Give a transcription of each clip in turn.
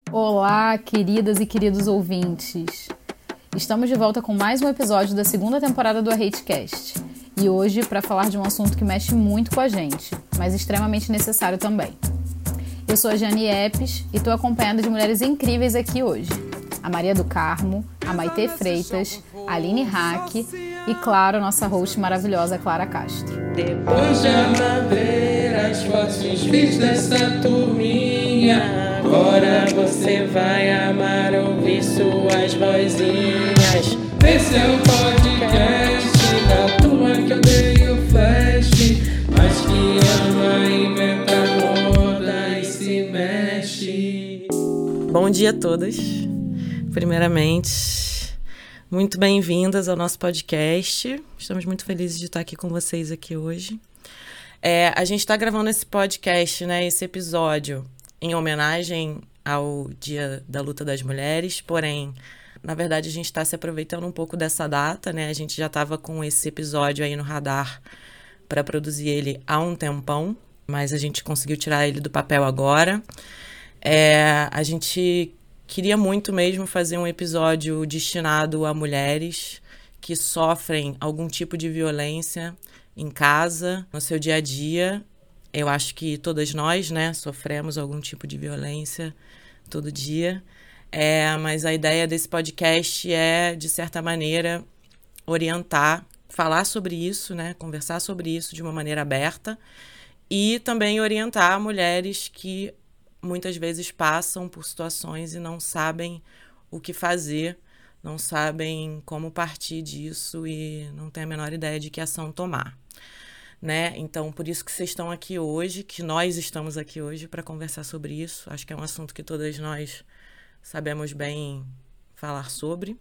Olá, queridas e queridos ouvintes. Estamos de volta com mais um episódio da segunda temporada do AHateCast. E hoje para falar de um assunto que mexe muito com a gente, mas extremamente necessário também. Eu sou a Jane Epes e estou acompanhada de mulheres incríveis aqui hoje. A Maria do Carmo, a Maitê Freitas, a Aline Hack e, claro, a nossa host maravilhosa Clara Castro. Depois de ela ver as fotos e os vídeos dessa turminha, agora você vai amar ouvir suas vozinhas. Esse é o podcast da turma que odeia o flash, mas que ama inventar moda e se mexe. Bom dia a todas. Primeiramente, muito bem-vindas ao nosso podcast. Estamos muito felizes de estar aqui com vocês aqui hoje. A gente está gravando esse podcast, esse episódio, em homenagem ao Dia da Luta das Mulheres, porém, na verdade, a gente está se aproveitando um pouco dessa data, A gente já estava com esse episódio aí no radar para produzir ele há um tempão, mas a gente conseguiu tirar ele do papel agora. A gente queria muito mesmo fazer um episódio destinado a mulheres que sofrem algum tipo de violência em casa, no seu dia a dia. Eu acho que todas nós, sofremos algum tipo de violência todo dia. Mas a ideia desse podcast é, de certa maneira, orientar, falar sobre isso, conversar sobre isso de uma maneira aberta e também orientar mulheres que muitas vezes passam por situações e não sabem o que fazer, não sabem como partir disso e não têm a menor ideia de que ação tomar. Então, por isso que vocês estão aqui hoje, que nós estamos aqui hoje para conversar sobre isso. Acho que é um assunto que todas nós sabemos bem falar sobre,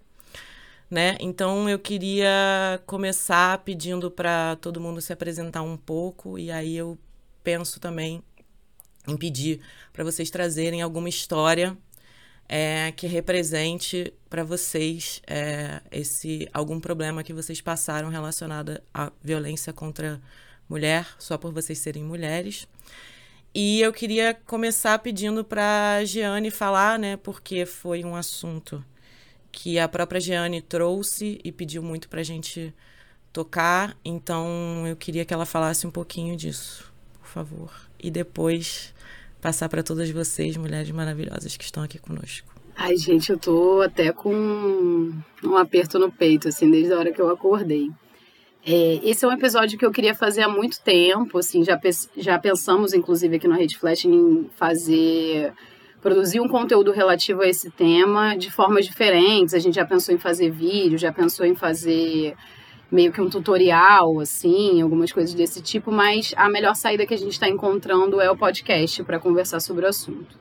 Então, eu queria começar pedindo para todo mundo se apresentar um pouco e aí eu penso também em pedir para vocês trazerem alguma história que represente para vocês algum problema que vocês passaram relacionado à violência contra mulher, só por vocês serem mulheres. E eu queria começar pedindo para a Jeane falar, porque foi um assunto que a própria Jeane trouxe e pediu muito para a gente tocar. Então, eu queria que ela falasse um pouquinho disso, por favor. E depois passar para todas vocês, mulheres maravilhosas que estão aqui conosco. Ai, gente, eu tô até com um aperto no peito, assim, desde a hora que eu acordei. Esse é um episódio que eu queria fazer há muito tempo, assim, já pensamos, inclusive, aqui no Rede Flash em produzir um conteúdo relativo a esse tema de formas diferentes. A gente já pensou em fazer vídeo, já pensou em fazer meio que um tutorial, assim, algumas coisas desse tipo, mas a melhor saída que a gente está encontrando é o podcast para conversar sobre o assunto.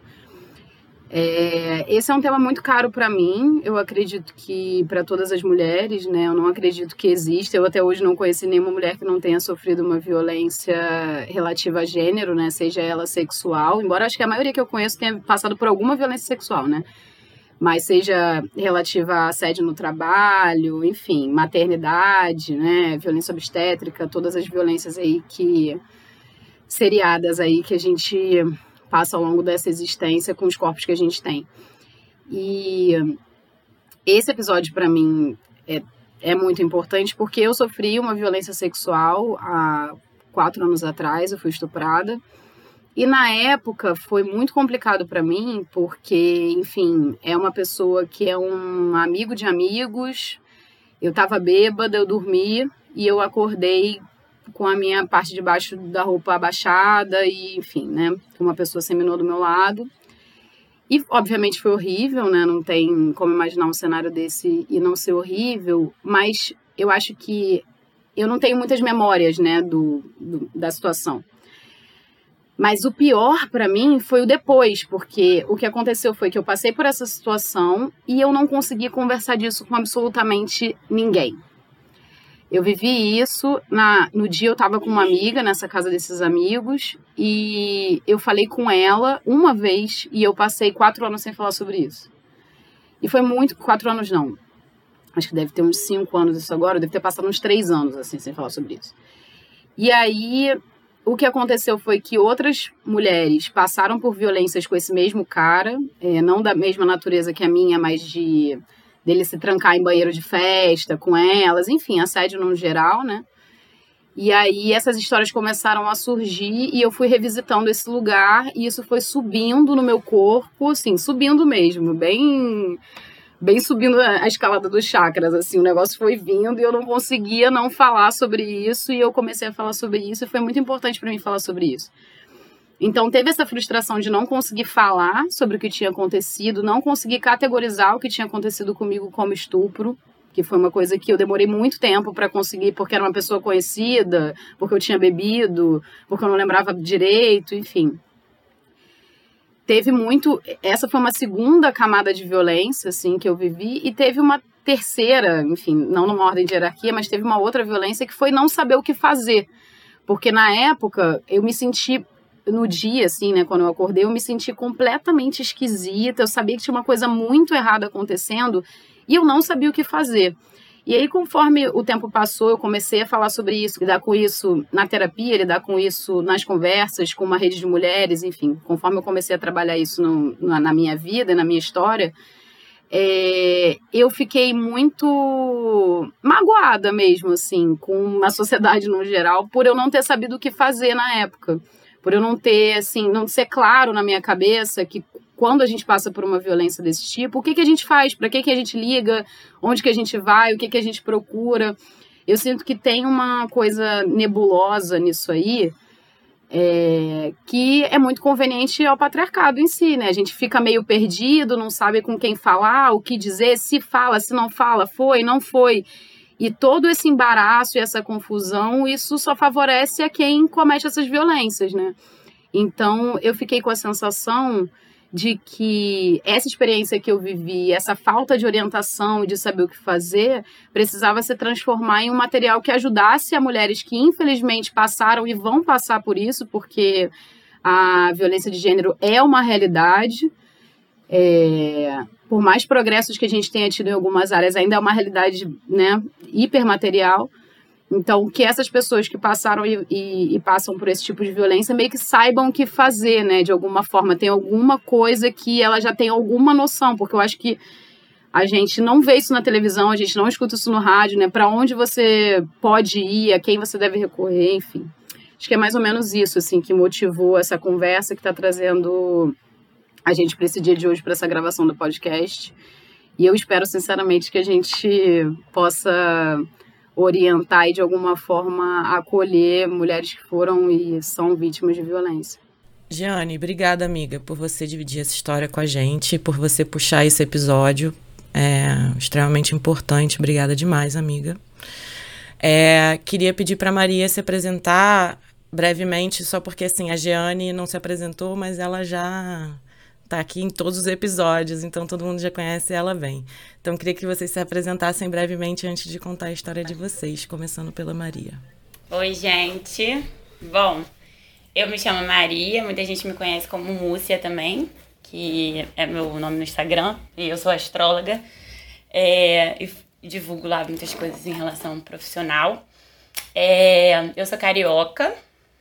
Esse é um tema muito caro para mim, eu acredito que para todas as mulheres, eu não acredito que exista, eu até hoje não conheci nenhuma mulher que não tenha sofrido uma violência relativa a gênero, seja ela sexual, embora acho que a maioria que eu conheço tenha passado por alguma violência sexual, mas seja relativa a assédio no trabalho, enfim, maternidade, violência obstétrica, todas as violências aí seriadas aí que a gente passa ao longo dessa existência com os corpos que a gente tem. E esse episódio, para mim, é muito importante porque eu sofri uma violência sexual há 4 anos atrás, eu fui estuprada. E na época foi muito complicado para mim porque, enfim, é uma pessoa que é um amigo de amigos, eu estava bêbada, eu dormi e eu acordei com a minha parte de baixo da roupa abaixada e, enfim, com uma pessoa seminua do meu lado. E, obviamente, foi horrível, não tem como imaginar um cenário desse e não ser horrível, mas eu acho que eu não tenho muitas memórias, da situação. Mas o pior para mim foi o depois, porque o que aconteceu foi que eu passei por essa situação e eu não consegui conversar disso com absolutamente ninguém. Eu vivi isso, no dia eu estava com uma amiga nessa casa desses amigos e eu falei com ela uma vez e eu passei 4 anos sem falar sobre isso. E foi muito, 4 anos não, acho que deve ter uns 5 anos isso agora, eu devo ter passado uns 3 anos assim sem falar sobre isso. E aí o que aconteceu foi que outras mulheres passaram por violências com esse mesmo cara, não da mesma natureza que a minha, mas dele se trancar em banheiro de festa com elas, enfim, assédio no geral, né? E aí essas histórias começaram a surgir e eu fui revisitando esse lugar e isso foi subindo no meu corpo, assim, subindo mesmo, bem subindo a escalada dos chakras, assim, o negócio foi vindo e eu não conseguia não falar sobre isso e eu comecei a falar sobre isso e foi muito importante para mim falar sobre isso. Então teve essa frustração de não conseguir falar sobre o que tinha acontecido, não conseguir categorizar o que tinha acontecido comigo como estupro, que foi uma coisa que eu demorei muito tempo para conseguir, porque era uma pessoa conhecida, porque eu tinha bebido, porque eu não lembrava direito, enfim. Teve muito... Essa foi uma segunda camada de violência, assim, que eu vivi, e teve uma terceira, enfim, não numa ordem de hierarquia, mas teve uma outra violência que foi não saber o que fazer. Porque na época, eu me senti... No dia, assim, né, quando eu acordei, eu me senti completamente esquisita, eu sabia que tinha uma coisa muito errada acontecendo, e eu não sabia o que fazer. E aí, conforme o tempo passou, eu comecei a falar sobre isso, lidar com isso na terapia, lidar com isso nas conversas com uma rede de mulheres, enfim. Conforme eu comecei a trabalhar isso na minha vida, na minha história, eu fiquei muito magoada mesmo, assim, com a sociedade no geral, por eu não ter sabido o que fazer na época. Por eu não ter, assim, não ser claro na minha cabeça que quando a gente passa por uma violência desse tipo, o que a gente faz? Para que a gente liga? Onde que a gente vai? O que a gente procura? Eu sinto que tem uma coisa nebulosa nisso aí, que é muito conveniente ao patriarcado em si, né? A gente fica meio perdido, não sabe com quem falar, o que dizer, se fala, se não fala, foi, não foi. E todo esse embaraço e essa confusão, isso só favorece a quem comete essas violências, né? Então, eu fiquei com a sensação de que essa experiência que eu vivi, essa falta de orientação e de saber o que fazer, precisava se transformar em um material que ajudasse a mulheres que, infelizmente, passaram e vão passar por isso, porque a violência de gênero é uma realidade. Por mais progressos que a gente tenha tido em algumas áreas, ainda é uma realidade, né, hipermaterial. Então, que essas pessoas que passaram e passam por esse tipo de violência meio que saibam o que fazer, né, de alguma forma. Tem alguma coisa que ela já tem alguma noção, porque eu acho que a gente não vê isso na televisão, a gente não escuta isso no rádio, né, para onde você pode ir, a quem você deve recorrer, enfim. Acho que é mais ou menos isso, assim, que motivou essa conversa que está trazendo a gente para esse dia de hoje, para essa gravação do podcast. E eu espero, sinceramente, que a gente possa orientar e, de alguma forma, acolher mulheres que foram e são vítimas de violência. Giane, obrigada, amiga, por você dividir essa história com a gente, por você puxar esse episódio. É extremamente importante. Obrigada demais, amiga. Queria pedir para Maria se apresentar brevemente, só porque, assim, a Giane não se apresentou, mas ela já tá aqui em todos os episódios, então todo mundo já conhece ela bem. Então, queria que vocês se apresentassem brevemente antes de contar a história de vocês, começando pela Maria. Oi, gente. Bom, eu me chamo Maria, muita gente me conhece como Múcia também, que é meu nome no Instagram, e eu sou astróloga, e divulgo lá muitas coisas em relação ao profissional. Eu sou carioca.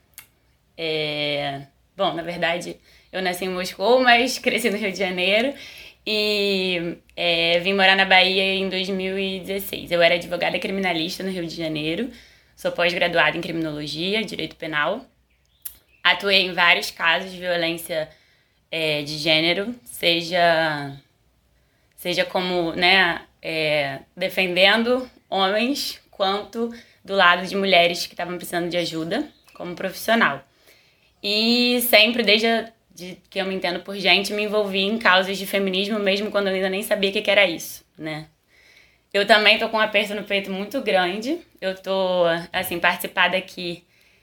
Bom, na verdade, eu nasci em Moscou, mas cresci no Rio de Janeiro e vim morar na Bahia em 2016. Eu era advogada criminalista no Rio de Janeiro, sou pós-graduada em criminologia, direito penal. Atuei em vários casos de violência de gênero, seja como, né, defendendo homens, quanto do lado de mulheres que estavam precisando de ajuda como profissional. E sempre, desde que eu me entendo por gente, me envolvi em causas de feminismo, mesmo quando eu ainda nem sabia o que era isso, né? Eu também tô com um aperto no peito muito grande. Eu tô, assim, participar daqui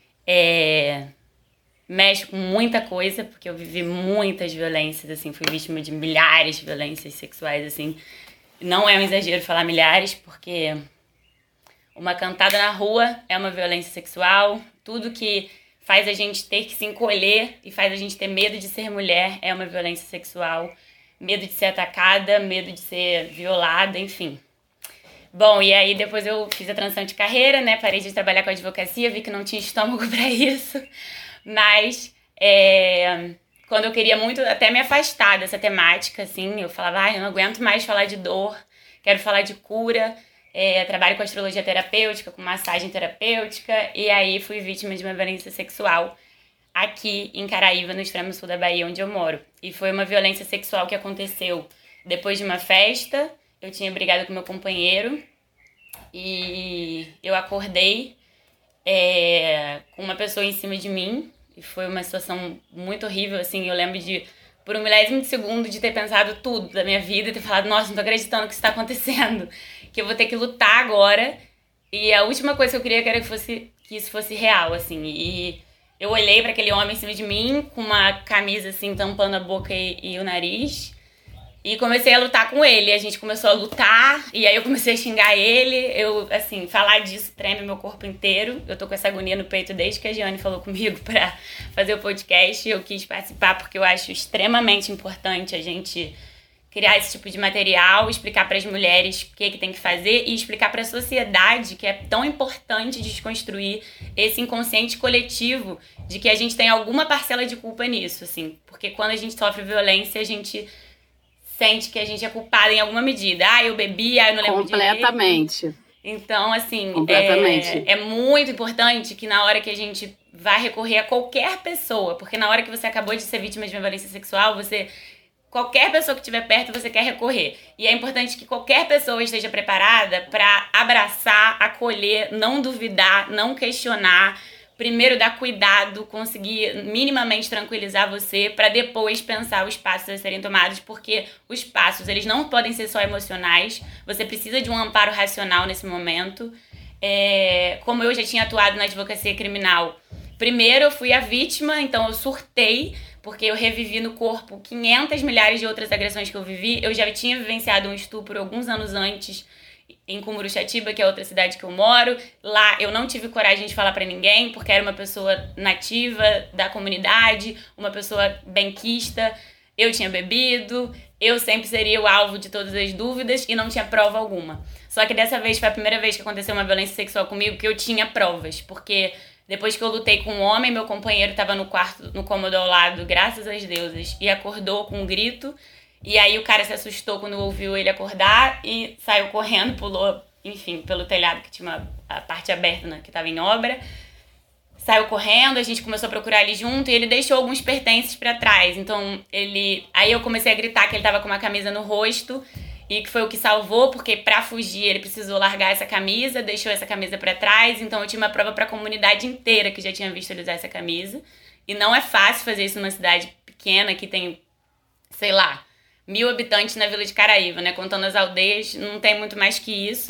mexe com muita coisa, porque eu vivi muitas violências, assim, fui vítima de milhares de violências sexuais, assim. Não é um exagero falar milhares, porque uma cantada na rua é uma violência sexual, tudo que faz a gente ter que se encolher e faz a gente ter medo de ser mulher é uma violência sexual, medo de ser atacada, medo de ser violada, enfim. Bom, e aí depois eu fiz a transição de carreira, né? Parei de trabalhar com advocacia, vi que não tinha estômago para isso. Mas quando eu queria muito até me afastar dessa temática, assim, eu falava, eu não aguento mais falar de dor, quero falar de cura. Trabalho com astrologia terapêutica, com massagem terapêutica, e aí fui vítima de uma violência sexual aqui em Caraíva, no extremo sul da Bahia, onde eu moro. E foi uma violência sexual que aconteceu depois de uma festa. Eu tinha brigado com meu companheiro e eu acordei com uma pessoa em cima de mim. E foi uma situação muito horrível, assim. Eu lembro de, por um milésimo de segundo, de ter pensado tudo da minha vida e ter falado, nossa, não tô acreditando que isso tá acontecendo. Que eu vou ter que lutar agora. E a última coisa que eu queria era que isso fosse real, assim. E eu olhei para aquele homem em cima de mim, com uma camisa, assim, tampando a boca e o nariz. E comecei a lutar com ele. A gente começou a lutar, e aí eu comecei a xingar ele. Eu, assim, falar disso treme meu corpo inteiro. Eu tô com essa agonia no peito desde que a Giane falou comigo pra fazer o podcast. Eu quis participar porque eu acho extremamente importante a gente criar esse tipo de material, explicar para as mulheres o que tem que fazer e explicar para a sociedade que é tão importante desconstruir esse inconsciente coletivo de que a gente tem alguma parcela de culpa nisso, assim. Porque quando a gente sofre violência, a gente sente que a gente é culpada em alguma medida. Eu bebi, eu não lembro direito. Completamente. Então, assim, completamente. É muito importante que na hora que a gente vai recorrer a qualquer pessoa, porque na hora que você acabou de ser vítima de uma violência sexual, qualquer pessoa que estiver perto, você quer recorrer. E é importante que qualquer pessoa esteja preparada para abraçar, acolher, não duvidar, não questionar. Primeiro dar cuidado, conseguir minimamente tranquilizar você, para depois pensar os passos a serem tomados, porque os passos, eles não podem ser só emocionais. Você precisa de um amparo racional nesse momento. Como eu já tinha atuado na advocacia criminal, primeiro eu fui a vítima, então eu surtei, porque eu revivi no corpo 500 milhares de outras agressões que eu vivi. Eu já tinha vivenciado um estupro alguns anos antes, em Cumuruxatiba, que é outra cidade que eu moro. Lá eu não tive coragem de falar pra ninguém, porque era uma pessoa nativa da comunidade, uma pessoa benquista. Eu tinha bebido, eu sempre seria o alvo de todas as dúvidas e não tinha prova alguma. Só que dessa vez foi a primeira vez que aconteceu uma violência sexual comigo que eu tinha provas, porque depois que eu lutei com um homem, meu companheiro estava no quarto, no cômodo ao lado, graças às deusas, e acordou com um grito. E aí o cara se assustou quando ouviu ele acordar e saiu correndo, pulou, enfim, pelo telhado que tinha a parte aberta, né, que estava em obra. Saiu correndo, a gente começou a procurar ele junto e ele deixou alguns pertences para trás. Então aí eu comecei a gritar que ele estava com uma camisa no rosto e que foi o que salvou, porque para fugir ele precisou largar essa camisa, deixou essa camisa para trás. Então eu tinha uma prova para a comunidade inteira que já tinha visto ele usar essa camisa. E não é fácil fazer isso numa cidade pequena que tem, sei lá, 1.000 habitantes na Vila de Caraíva, né? Contando as aldeias, não tem muito mais que isso.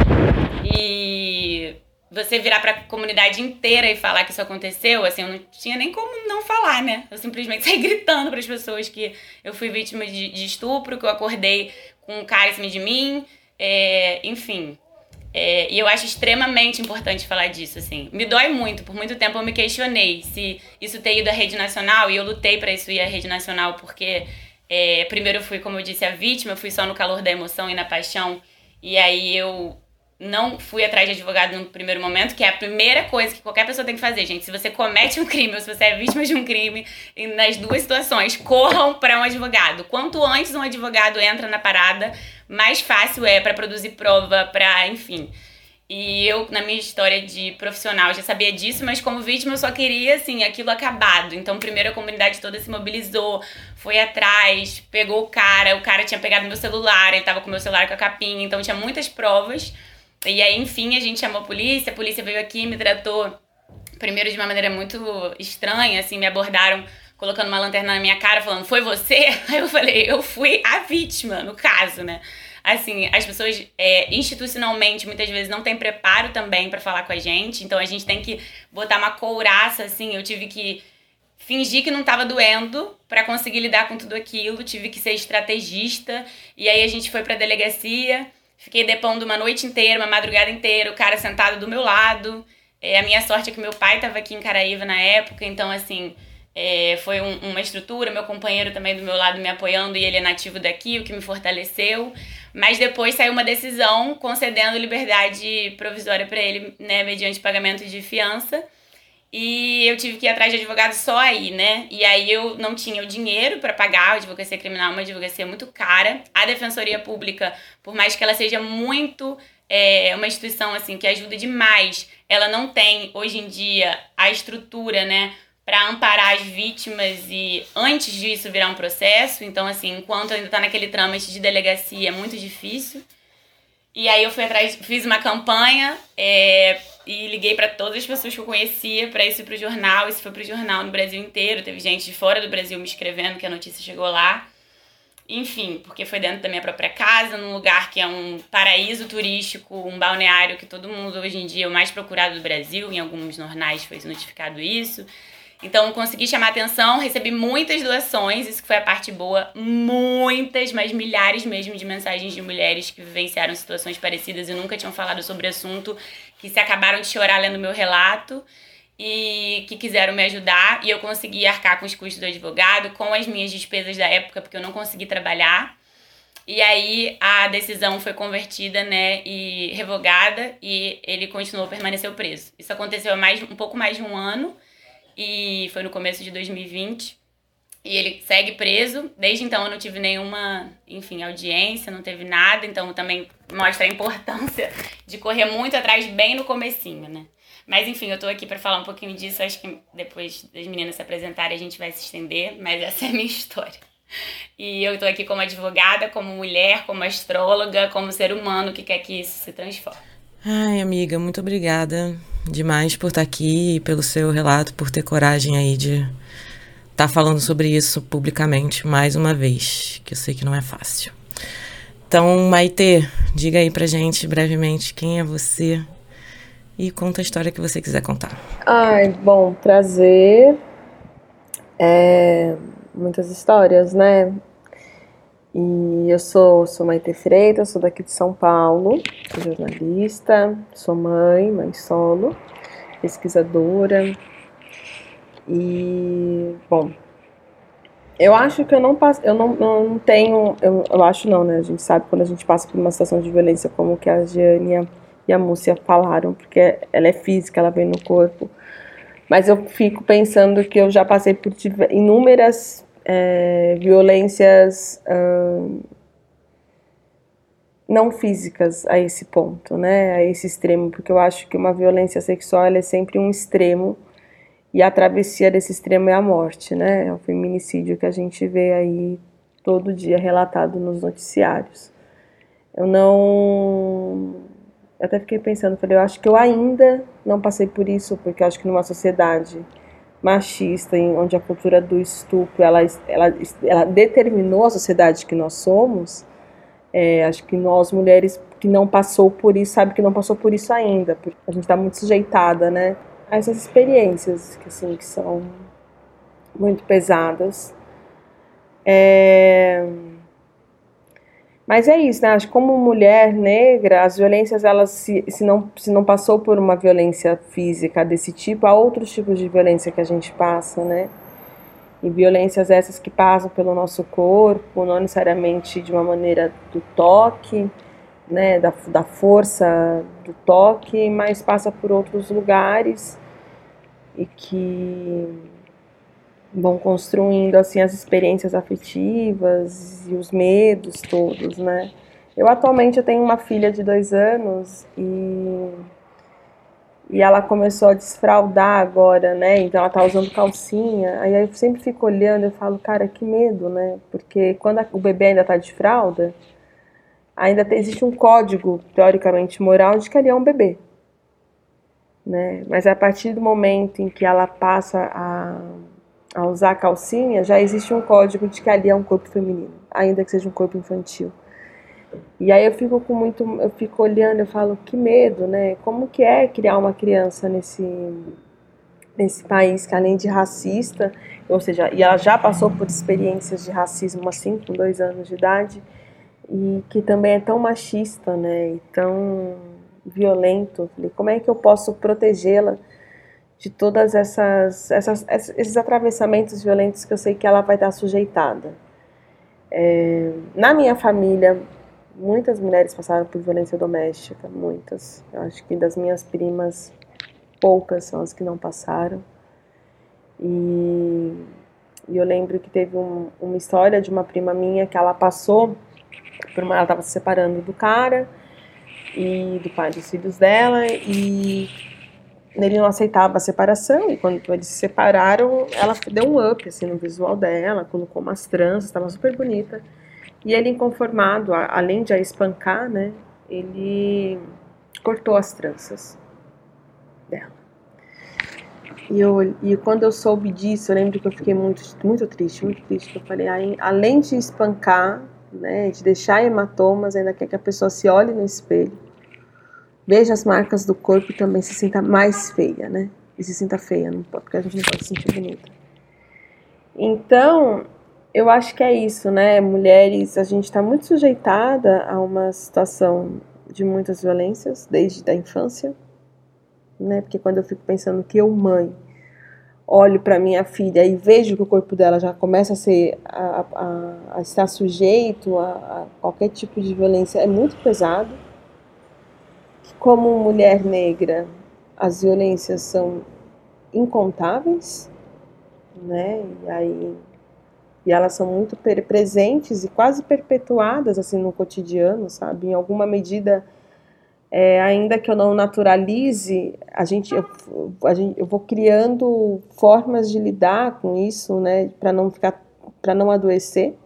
E você virar pra comunidade inteira e falar que isso aconteceu, assim, eu não tinha nem como não falar, né? Eu simplesmente saí gritando pras pessoas que eu fui vítima de estupro, que eu acordei com um cara em cima de mim, enfim. E eu acho extremamente importante falar disso, assim. Me dói muito, por muito tempo eu me questionei se isso ter ido à rede nacional, e eu lutei pra isso ir à rede nacional, porque primeiro eu fui, como eu disse, a vítima, eu fui só no calor da emoção e na paixão, e aí eu não fui atrás de advogado no primeiro momento, que é a primeira coisa que qualquer pessoa tem que fazer, gente. Se você comete um crime ou se você é vítima de um crime, nas duas situações, corram para um advogado. Quanto antes um advogado entra na parada, mais fácil é para produzir prova, para, enfim. E eu, na minha história de profissional, já sabia disso, mas como vítima eu só queria, assim, aquilo acabado. Então, primeiro a comunidade toda se mobilizou, foi atrás, pegou o cara tinha pegado meu celular, ele tava com meu celular com a capinha, então tinha muitas provas. E aí, enfim, a gente chamou a polícia veio aqui, me tratou, primeiro de uma maneira muito estranha, assim, me abordaram colocando uma lanterna na minha cara, falando, foi você? Aí eu falei, eu fui a vítima, no caso, né? Assim, as pessoas institucionalmente muitas vezes não têm preparo também pra falar com a gente, então a gente tem que botar uma couraça, assim, eu tive que fingir que não tava doendo pra conseguir lidar com tudo aquilo, tive que ser estrategista, e aí a gente foi pra delegacia, fiquei depondo uma noite inteira, uma madrugada inteira, o cara sentado do meu lado, a minha sorte é que meu pai tava aqui em Caraíva na época, então assim, Foi uma estrutura, meu companheiro também do meu lado me apoiando, e ele é nativo daqui, o que me fortaleceu. Mas depois saiu uma decisão concedendo liberdade provisória para ele, né, mediante pagamento de fiança. E eu tive que ir atrás de advogado só aí, né? E aí eu não tinha o dinheiro para pagar. A advocacia criminal é uma advocacia muito cara. A Defensoria Pública, por mais que ela seja muito... uma instituição assim que ajuda demais, ela não tem, hoje em dia, a estrutura, né, para amparar as vítimas e antes disso virar um processo. Então, assim, enquanto ainda tá naquele trâmite de delegacia, é muito difícil. E aí eu fui atrás, fiz uma campanha e liguei para todas as pessoas que eu conhecia para isso ir pro jornal. Isso foi pro jornal no Brasil inteiro. Teve gente de fora do Brasil me escrevendo que a notícia chegou lá. Enfim, porque foi dentro da minha própria casa, num lugar que é um paraíso turístico, um balneário que todo mundo hoje em dia é o mais procurado do Brasil. Em alguns jornais foi notificado isso. Então, consegui chamar atenção, recebi muitas doações, isso que foi a parte boa, muitas, mas milhares mesmo de mensagens de mulheres que vivenciaram situações parecidas e nunca tinham falado sobre o assunto, que se acabaram de chorar lendo meu relato e que quiseram me ajudar. E eu consegui arcar com os custos do advogado, com as minhas despesas da época, porque eu não consegui trabalhar. E aí a decisão foi convertida, né, e revogada, e ele permaneceu preso. Isso aconteceu há um pouco mais de um ano, e foi no começo de 2020, e ele segue preso. Desde então eu não tive nenhuma, audiência, não teve nada, então também mostra a importância de correr muito atrás bem no comecinho, né. Mas enfim, eu tô aqui pra falar um pouquinho disso, acho que depois das meninas se apresentarem a gente vai se estender, mas essa é a minha história. E eu tô aqui como advogada, como mulher, como astróloga, como ser humano que quer que isso se transforme. Ai, amiga, muito obrigada demais por estar aqui, pelo seu relato, por ter coragem aí de estar falando sobre isso publicamente mais uma vez, que eu sei que não é fácil. Então, Maitê, diga aí pra gente brevemente quem é você e conta a história que você quiser contar. Ai, bom, prazer. Muitas histórias, né? E eu sou Maitê Freitas, sou daqui de São Paulo, sou jornalista, sou mãe solo, pesquisadora. E, bom, eu acho que eu não tenho, eu acho não, né? A gente sabe quando a gente passa por uma situação de violência como que a Giane e a Múcia falaram, porque ela é física, ela vem no corpo. Mas eu fico pensando que eu já passei por inúmeras violências não físicas a esse ponto, né, a esse extremo, porque eu acho que uma violência sexual ela é sempre um extremo e a travessia desse extremo é a morte, né, é o feminicídio que a gente vê aí todo dia relatado nos noticiários. Eu até fiquei pensando, falei, eu acho que eu ainda não passei por isso, porque eu acho que numa sociedade machista, onde a cultura do estupro, ela determinou a sociedade que nós somos, acho que nós, mulheres que não passou por isso, sabe que não passou por isso ainda, porque a gente está muito sujeitada, né, a essas experiências que são muito pesadas. Mas é isso, né? Acho que como mulher negra, as violências, elas se não passou por uma violência física desse tipo, há outros tipos de violência que a gente passa, né? E violências essas que passam pelo nosso corpo, não necessariamente de uma maneira do toque, né? Da força do toque, mas passa por outros lugares e que vão construindo assim as experiências afetivas e os medos todos, né? Atualmente eu tenho uma filha de 2 anos e ela começou a desfraldar agora, né? Então ela tá usando calcinha. Aí eu sempre fico olhando e falo, cara, que medo, né? Porque quando o bebê ainda tá de fralda, existe um código teoricamente moral de que ali é um bebê, né? Mas a partir do momento em que ela passa a usar a calcinha, já existe um código de que ali é um corpo feminino, ainda que seja um corpo infantil. E aí eu fico olhando, eu falo, que medo, né? Como que é criar uma criança nesse país que além de racista, ou seja, e ela já passou por experiências de racismo assim, com 2 anos de idade, e que também é tão machista, né? E tão violento. Como é que eu posso protegê-la de todas esses atravessamentos violentos que eu sei que ela vai estar sujeitada. Na minha família, muitas mulheres passaram por violência doméstica, muitas. Eu acho que das minhas primas, poucas são as que não passaram. E eu lembro que teve uma história de uma prima minha que ela passou, ela estava se separando do cara e do pai dos filhos dela, e ele não aceitava a separação, e quando eles se separaram, ela deu um up assim, no visual dela, colocou umas tranças, estava super bonita. E ele, inconformado, além de a espancar, né, ele cortou as tranças dela. E quando eu soube disso, eu lembro que eu fiquei muito triste, que eu falei, além de espancar, né, de deixar hematomas, ainda quer que a pessoa se olhe no espelho, veja as marcas do corpo e também se sinta mais feia, né? E se sinta feia, não pode, porque a gente não pode se sentir bonita. Então, eu acho que é isso, né? Mulheres, a gente está muito sujeitada a uma situação de muitas violências, desde a infância, né? Porque quando eu fico pensando que eu, mãe, olho para minha filha e vejo que o corpo dela já começa a ser a estar sujeito a qualquer tipo de violência, é muito pesado. Como mulher negra, as violências são incontáveis, né? E elas são muito presentes e quase perpetuadas assim no cotidiano, sabe? Em alguma medida, ainda que eu não naturalize, eu vou criando formas de lidar com isso, né? Para não adoecer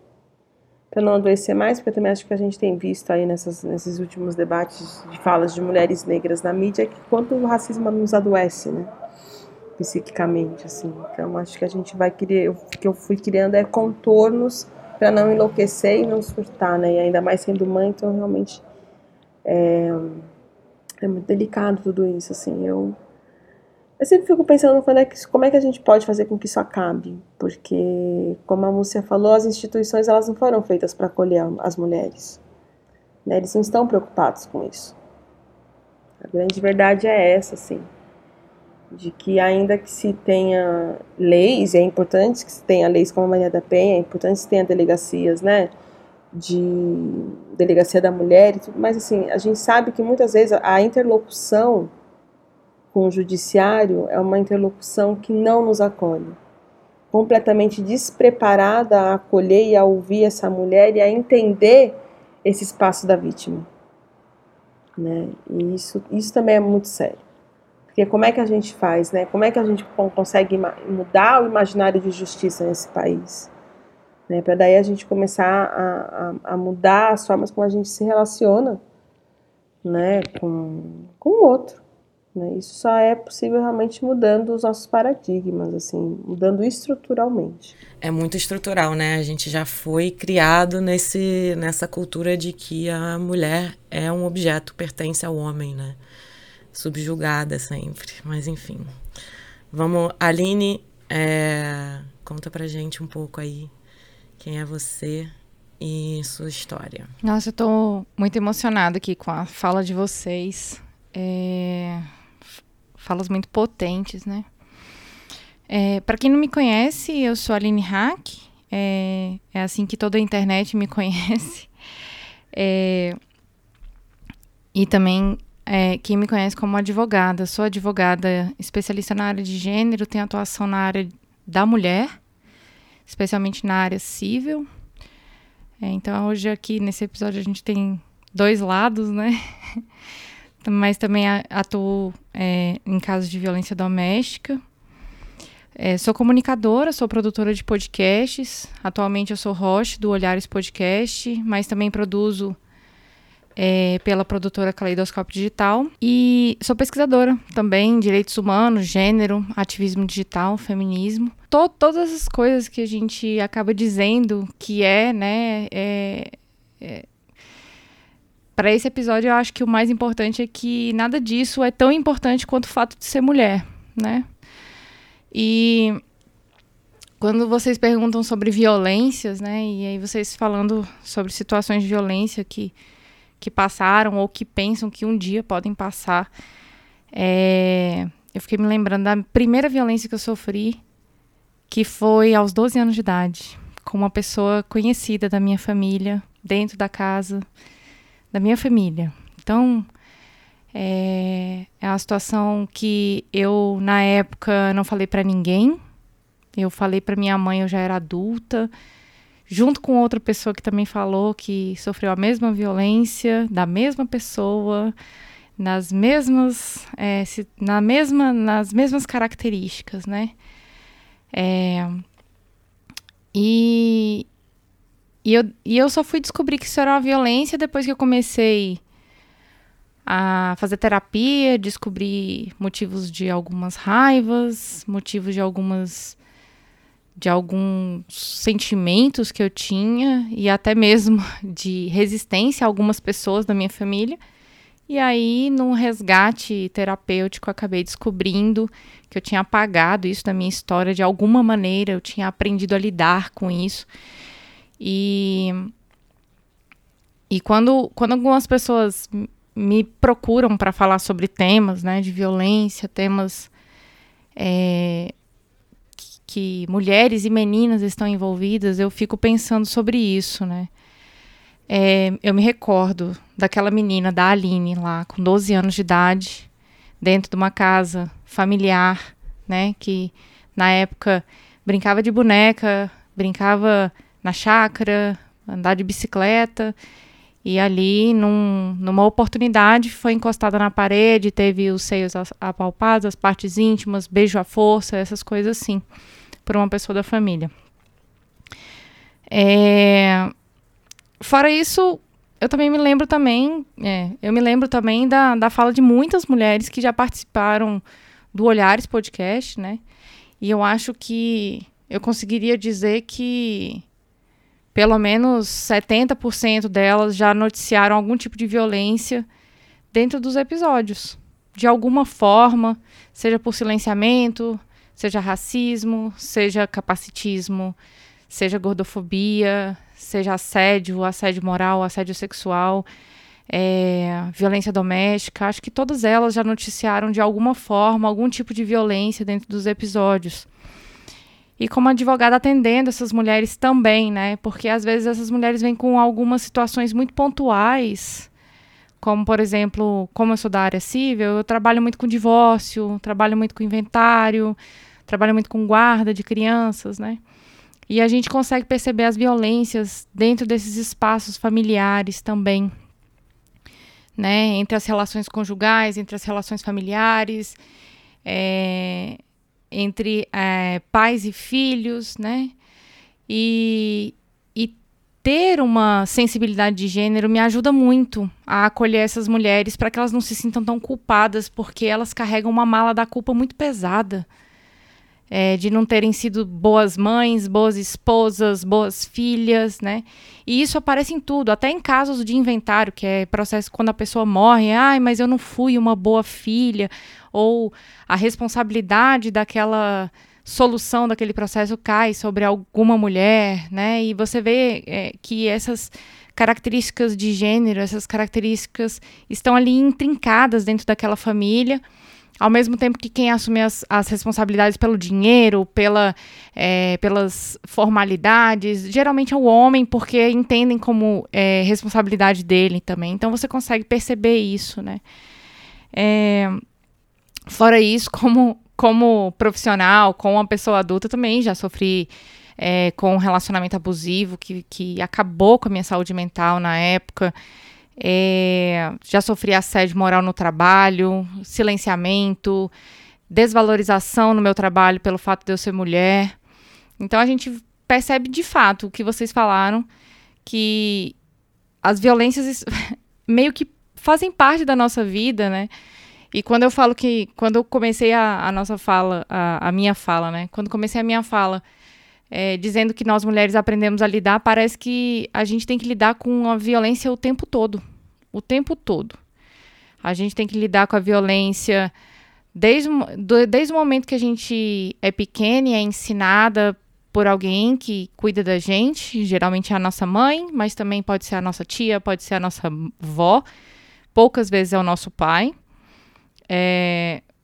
mais, porque eu também acho que a gente tem visto aí nesses últimos debates de falas de mulheres negras na mídia que quanto o racismo nos adoece, né? Psiquicamente, assim. Então, acho que a gente vai criar, o que eu fui criando contornos para não enlouquecer e não surtar, né? E ainda mais sendo mãe, então realmente é muito delicado tudo isso, assim. Eu sempre fico pensando como é que a gente pode fazer com que isso acabe, porque, como a Múcia falou, as instituições elas não foram feitas para acolher as mulheres, né? Eles não estão preocupados com isso. A grande verdade é essa, assim, de que ainda que se tenha leis, é importante que se tenha leis como a Maria da Penha, é importante que se tenha delegacias, né, de delegacia da mulher e tudo, mas assim, a gente sabe que muitas vezes a interlocução com o judiciário é uma interlocução que não nos acolhe, completamente despreparada a acolher e a ouvir essa mulher e a entender esse espaço da vítima, né? E isso também é muito sério. Porque como é que a gente faz, né? Como é que a gente consegue mudar o imaginário de justiça nesse país? Né? Para daí a gente começar a mudar as formas como a gente se relaciona, né? com o outro. Né? Isso só é possível realmente mudando os nossos paradigmas, assim, mudando estruturalmente. É muito estrutural, né? A gente já foi criado nessa cultura de que a mulher é um objeto, pertence ao homem, né? Subjugada sempre, mas enfim. Vamos, Aline, conta pra gente um pouco aí quem é você e sua história. Nossa, eu tô muito emocionada aqui com a fala de vocês. Falas muito potentes, né? Pra quem não me conhece, eu sou a Aline Hack, é assim que toda a internet me conhece. E também quem me conhece como advogada. Sou advogada especialista na área de gênero, tenho atuação na área da mulher, especialmente na área civil. Então, hoje aqui nesse episódio a gente tem dois lados, né? Mas também atuo em casos de violência doméstica. Sou comunicadora, sou produtora de podcasts. Atualmente eu sou host do Olhares Podcast, mas também produzo pela produtora Caleidoscópio Digital. E sou pesquisadora também em direitos humanos, gênero, ativismo digital, feminismo. Todas as coisas que a gente acaba dizendo que né? Para esse episódio, eu acho que o mais importante é que nada disso é tão importante quanto o fato de ser mulher, né? E quando vocês perguntam sobre violências, né? E aí vocês falando sobre situações de violência que passaram ou que pensam que um dia podem passar, eu fiquei me lembrando da primeira violência que eu sofri, que foi aos 12 anos de idade, com uma pessoa conhecida da minha família, dentro da casa da minha família. Então, é uma situação que eu, na época, não falei para ninguém. Eu falei para minha mãe, eu já era adulta, junto com outra pessoa que também falou que sofreu a mesma violência, da mesma pessoa, nas mesmas características, né? E eu só fui descobrir que isso era uma violência depois que eu comecei a fazer terapia, descobri motivos de algumas raivas, motivos de alguns sentimentos que eu tinha e até mesmo de resistência a algumas pessoas da minha família. E aí, num resgate terapêutico, eu acabei descobrindo que eu tinha apagado isso da minha história de alguma maneira, eu tinha aprendido a lidar com isso. E quando algumas pessoas me procuram para falar sobre temas, né, de violência, temas que mulheres e meninas estão envolvidas, eu fico pensando sobre isso, né? Eu me recordo daquela menina, da Aline, lá, com 12 anos de idade, dentro de uma casa familiar, né? Que, na época, brincava de boneca, brincava na chácara, andar de bicicleta. E ali, numa oportunidade, foi encostada na parede, teve os seios apalpados, as partes íntimas, beijo à força, essas coisas assim, por uma pessoa da família. Fora isso, eu também me lembro também, da fala de muitas mulheres que já participaram do Olhares Podcast, né? E eu acho que eu conseguiria dizer que pelo menos 70% delas já noticiaram algum tipo de violência dentro dos episódios. De alguma forma, seja por silenciamento, seja racismo, seja capacitismo, seja gordofobia, seja assédio moral, assédio sexual, violência doméstica. Acho que todas elas já noticiaram de alguma forma algum tipo de violência dentro dos episódios. E como advogada atendendo essas mulheres também, né? Porque às vezes essas mulheres vêm com algumas situações muito pontuais, como, por exemplo, como eu sou da área civil, eu trabalho muito com divórcio, trabalho muito com inventário, trabalho muito com guarda de crianças, né? E a gente consegue perceber as violências dentro desses espaços familiares também, né? Entre as relações conjugais, entre as relações familiares, entre pais e filhos, né? E ter uma sensibilidade de gênero me ajuda muito a acolher essas mulheres para que elas não se sintam tão culpadas, porque elas carregam uma mala da culpa muito pesada. De não terem sido boas mães, boas esposas, boas filhas, né? E isso aparece em tudo, até em casos de inventário, que é processo quando a pessoa morre, mas eu não fui uma boa filha, ou a responsabilidade daquela solução daquele processo cai sobre alguma mulher, né? E você vê que essas características de gênero, essas características estão ali intrincadas dentro daquela família, ao mesmo tempo que quem assume as responsabilidades pelo dinheiro, pelas formalidades, geralmente é o homem, porque entendem como responsabilidade dele também. Então, você consegue perceber isso, né? Fora isso, como profissional, como uma pessoa adulta, também já sofri com um relacionamento abusivo que acabou com a minha saúde mental na época. Já sofri assédio moral no trabalho, silenciamento, desvalorização no meu trabalho pelo fato de eu ser mulher. Então a gente percebe de fato o que vocês falaram, que as violências meio que fazem parte da nossa vida, né? E quando eu falo quando eu comecei a minha fala, né? Quando comecei a minha fala dizendo que nós mulheres aprendemos a lidar, parece que a gente tem que lidar com a violência o tempo todo. O tempo todo. A gente tem que lidar com a violência desde o momento que a gente é pequena e é ensinada por alguém que cuida da gente, geralmente é a nossa mãe, mas também pode ser a nossa tia, pode ser a nossa avó, poucas vezes é o nosso pai.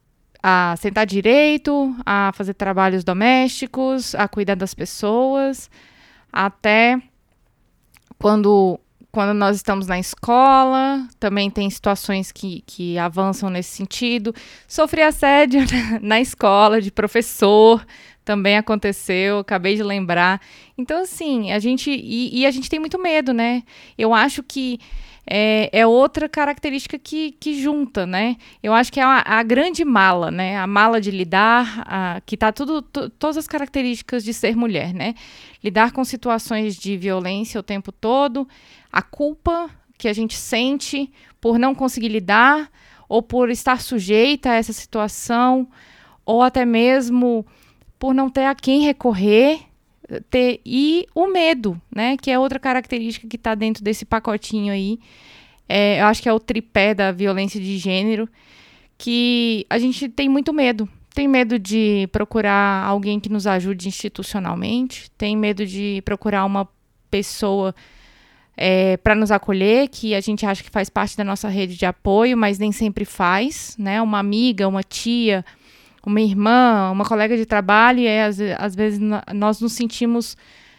a sentar direito, a fazer trabalhos domésticos, a cuidar das pessoas, até quando nós estamos na escola, também tem situações que avançam nesse sentido. Sofri assédio na escola, de professor, também aconteceu, acabei de lembrar. Então, assim, a gente tem muito medo, né? Eu acho que é outra característica que junta, né? Eu acho que é a grande mala, né? A mala de lidar, que tá todas as características de ser mulher, né? Lidar com situações de violência o tempo todo, a culpa que a gente sente por não conseguir lidar, ou por estar sujeita a essa situação, ou até mesmo por não ter a quem recorrer, e o medo, né? Que é outra característica que está dentro desse pacotinho aí. Eu acho que é o tripé da violência de gênero, que a gente tem muito medo. Tem medo de procurar alguém que nos ajude institucionalmente, tem medo de procurar uma pessoa para nos acolher, que a gente acha que faz parte da nossa rede de apoio, mas nem sempre faz, né? Uma amiga, uma tia, uma irmã, uma colega de trabalho, e às vezes nós nos sentimos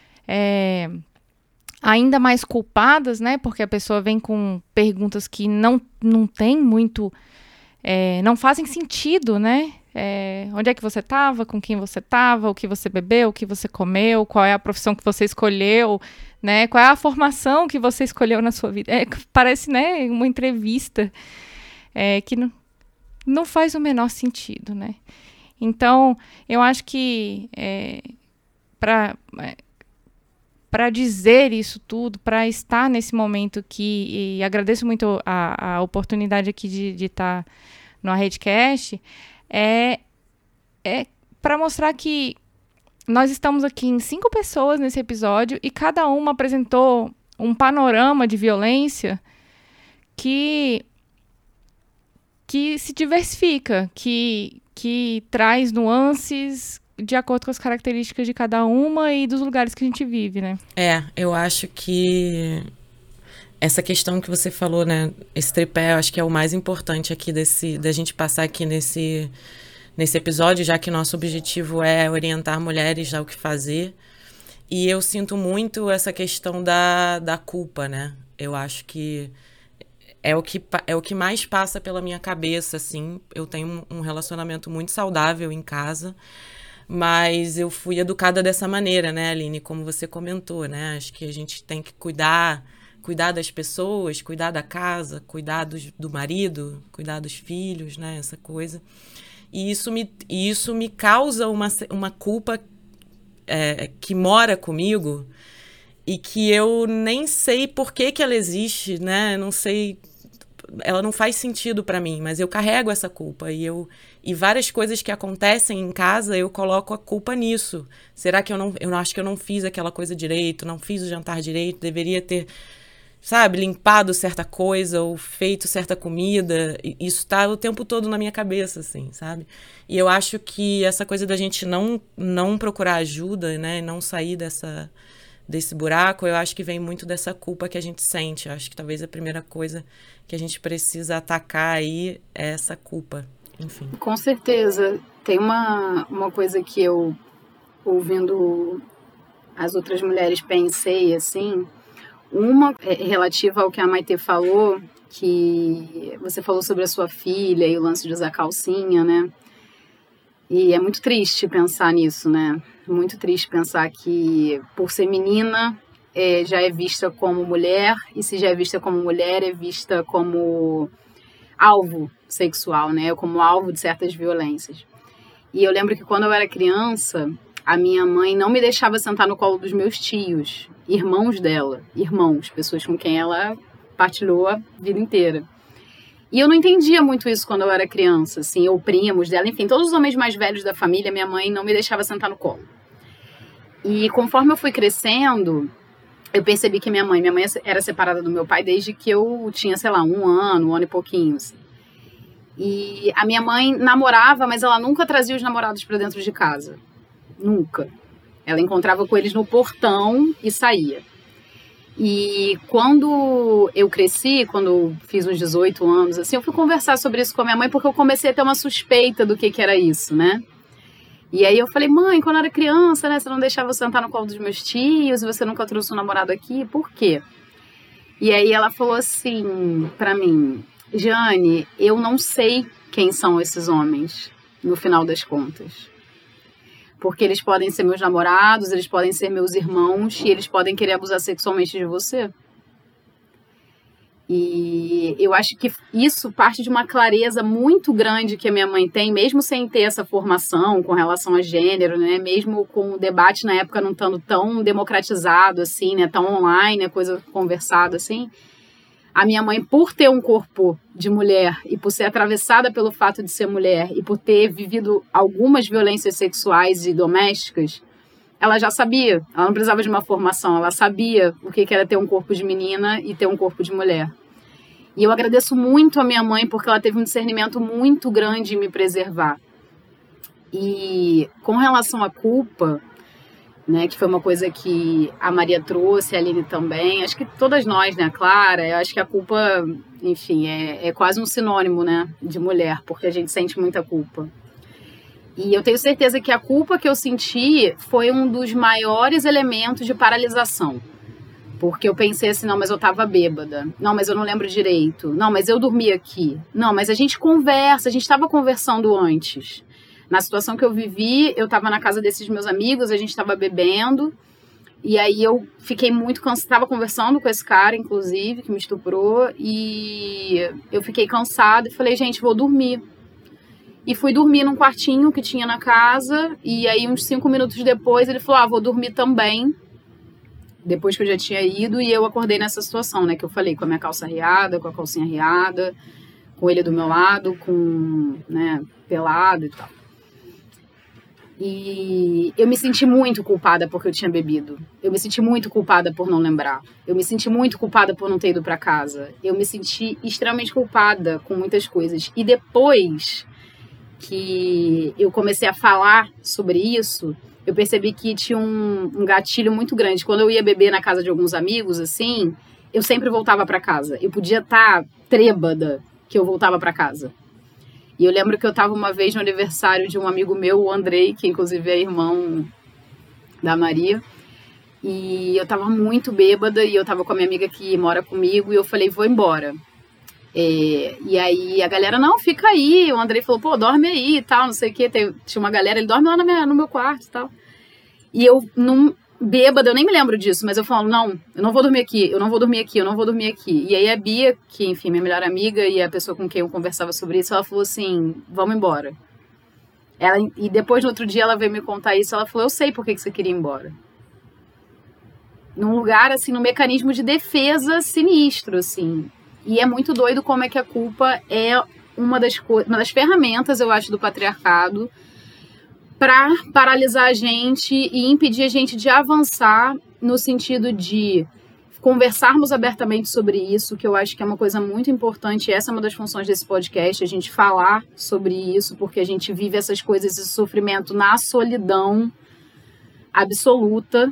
ainda mais culpadas, né? Porque a pessoa vem com perguntas que não tem muito, não fazem sentido, né? Onde é que você estava, com quem você estava, o que você bebeu, o que você comeu, qual é a profissão que você escolheu, né? Qual é a formação que você escolheu na sua vida. Parece, né, uma entrevista que não faz o menor sentido, né? Então, eu acho que para dizer isso tudo, para estar nesse momento aqui, e agradeço muito a oportunidade aqui de estar no Redcast, é para mostrar que nós estamos aqui em 5 pessoas nesse episódio e cada uma apresentou um panorama de violência que se diversifica, que traz nuances de acordo com as características de cada uma e dos lugares que a gente vive, né? Eu acho que essa questão que você falou, né? Esse tripé, eu acho que é o mais importante aqui da gente passar aqui nesse episódio, já que nosso objetivo é orientar mulheres ao que fazer. E eu sinto muito essa questão da culpa, né? Eu acho que é o que mais passa pela minha cabeça, assim. Eu tenho um relacionamento muito saudável em casa, mas eu fui educada dessa maneira, né, Aline? Como você comentou, né? Acho que a gente tem que cuidar das pessoas, cuidar da casa, cuidar do marido, cuidar dos filhos, né? Essa coisa. E isso me causa uma culpa que mora comigo e que eu nem sei por que ela existe, né? Não sei, ela não faz sentido para mim, mas eu carrego essa culpa e várias coisas que acontecem em casa eu coloco a culpa nisso. Será que eu acho que eu não fiz aquela coisa direito, não fiz o jantar direito, deveria ter, sabe, limpado certa coisa ou feito certa comida. Isso tá o tempo todo na minha cabeça, assim, sabe? E eu acho que essa coisa da gente não procurar ajuda, né, não sair desse buraco, eu acho que vem muito dessa culpa que a gente sente. Eu acho que talvez a primeira coisa que a gente precisa atacar aí é essa culpa, enfim. Com certeza. Tem uma coisa que eu, ouvindo as outras mulheres, pensei, assim, uma relativa ao que a Maitê falou, que você falou sobre a sua filha e o lance de usar calcinha, né? E é muito triste pensar nisso, né? Muito triste pensar que, por ser menina, já é vista como mulher, e se já é vista como mulher, é vista como alvo sexual, né? Como alvo de certas violências. E eu lembro que quando eu era criança, a minha mãe não me deixava sentar no colo dos meus tios, irmãos dela, pessoas com quem ela partilhou a vida inteira. E eu não entendia muito isso quando eu era criança, assim, ou primos dela, enfim, todos os homens mais velhos da família, minha mãe não me deixava sentar no colo. E conforme eu fui crescendo, eu percebi que minha mãe era separada do meu pai desde que eu tinha, sei lá, um ano e pouquinho, assim. E a minha mãe namorava, mas ela nunca trazia os namorados para dentro de casa. Nunca. Ela encontrava com eles no portão e saía. E quando eu cresci, quando eu fiz uns 18 anos, assim, eu fui conversar sobre isso com a minha mãe porque eu comecei a ter uma suspeita do que era isso, né? E aí eu falei, mãe, quando eu era criança, né, você não deixava eu sentar no colo dos meus tios e você nunca trouxe um namorado aqui, por quê? E aí ela falou assim pra mim, Jane, eu não sei quem são esses homens, no final das contas. Porque eles podem ser meus namorados, eles podem ser meus irmãos e eles podem querer abusar sexualmente de você. E eu acho que isso parte de uma clareza muito grande que a minha mãe tem, mesmo sem ter essa formação com relação a gênero, né? Mesmo com o debate na época não estando tão democratizado assim, né? Tão online, coisa conversada assim. A minha mãe, por ter um corpo de mulher e por ser atravessada pelo fato de ser mulher e por ter vivido algumas violências sexuais e domésticas, ela já sabia. Ela não precisava de uma formação, ela sabia o que era ter um corpo de menina e ter um corpo de mulher. E eu agradeço muito a minha mãe porque ela teve um discernimento muito grande em me preservar. E com relação à culpa, né, que foi uma coisa que a Maria trouxe, a Aline também, acho que todas nós, né, a Clara, eu acho que a culpa, enfim, é quase um sinônimo, né, de mulher, porque a gente sente muita culpa. E eu tenho certeza que a culpa que eu senti foi um dos maiores elementos de paralisação. Porque eu pensei assim, não, mas eu tava bêbada. Não, mas eu não lembro direito. Não, mas eu dormi aqui. Não, mas a gente conversa, a gente tava conversando antes. Na situação que eu vivi, eu tava na casa desses meus amigos, a gente tava bebendo. E aí eu fiquei muito cansada, tava conversando com esse cara, inclusive, que me estuprou. E eu fiquei cansada e falei, gente, vou dormir. E fui dormir num quartinho que tinha na casa. E aí, uns 5 minutos depois, ele falou, vou dormir também. Depois que eu já tinha ido. E eu acordei nessa situação, né? Que eu falei, com a minha calça riada, com a calcinha riada, com ele do meu lado, com, né, pelado e tal. E eu me senti muito culpada porque eu tinha bebido. Eu me senti muito culpada por não lembrar. Eu me senti muito culpada por não ter ido pra casa. Eu me senti extremamente culpada com muitas coisas. E depois que eu comecei a falar sobre isso, eu percebi que tinha um gatilho muito grande. Quando eu ia beber na casa de alguns amigos, assim, eu sempre voltava pra casa. Eu podia estar trêbada que eu voltava pra casa. E eu lembro que eu estava uma vez no aniversário de um amigo meu, o Andrei, que inclusive é irmão da Maria. E eu estava muito bêbada e eu estava com a minha amiga que mora comigo e eu falei, vou embora. E aí a galera, não, fica aí. O Andrei falou, pô, dorme aí e tal, não sei o quê. Tinha uma galera, ele dorme lá no meu quarto e tal. E eu, bêbada, eu nem me lembro disso, mas eu falo, não, eu não vou dormir aqui, eu não vou dormir aqui, eu não vou dormir aqui. E aí a Bia, que enfim, minha melhor amiga e a pessoa com quem eu conversava sobre isso, ela falou assim, vamos embora. E depois, no outro dia, ela veio me contar isso, ela falou, eu sei por que você queria ir embora. Num lugar, assim, num mecanismo de defesa sinistro, assim. E é muito doido como é que a culpa é uma das ferramentas, eu acho, do patriarcado para paralisar a gente e impedir a gente de avançar no sentido de conversarmos abertamente sobre isso, que eu acho que é uma coisa muito importante. Essa é uma das funções desse podcast, a gente falar sobre isso, porque a gente vive essas coisas, esse sofrimento na solidão absoluta.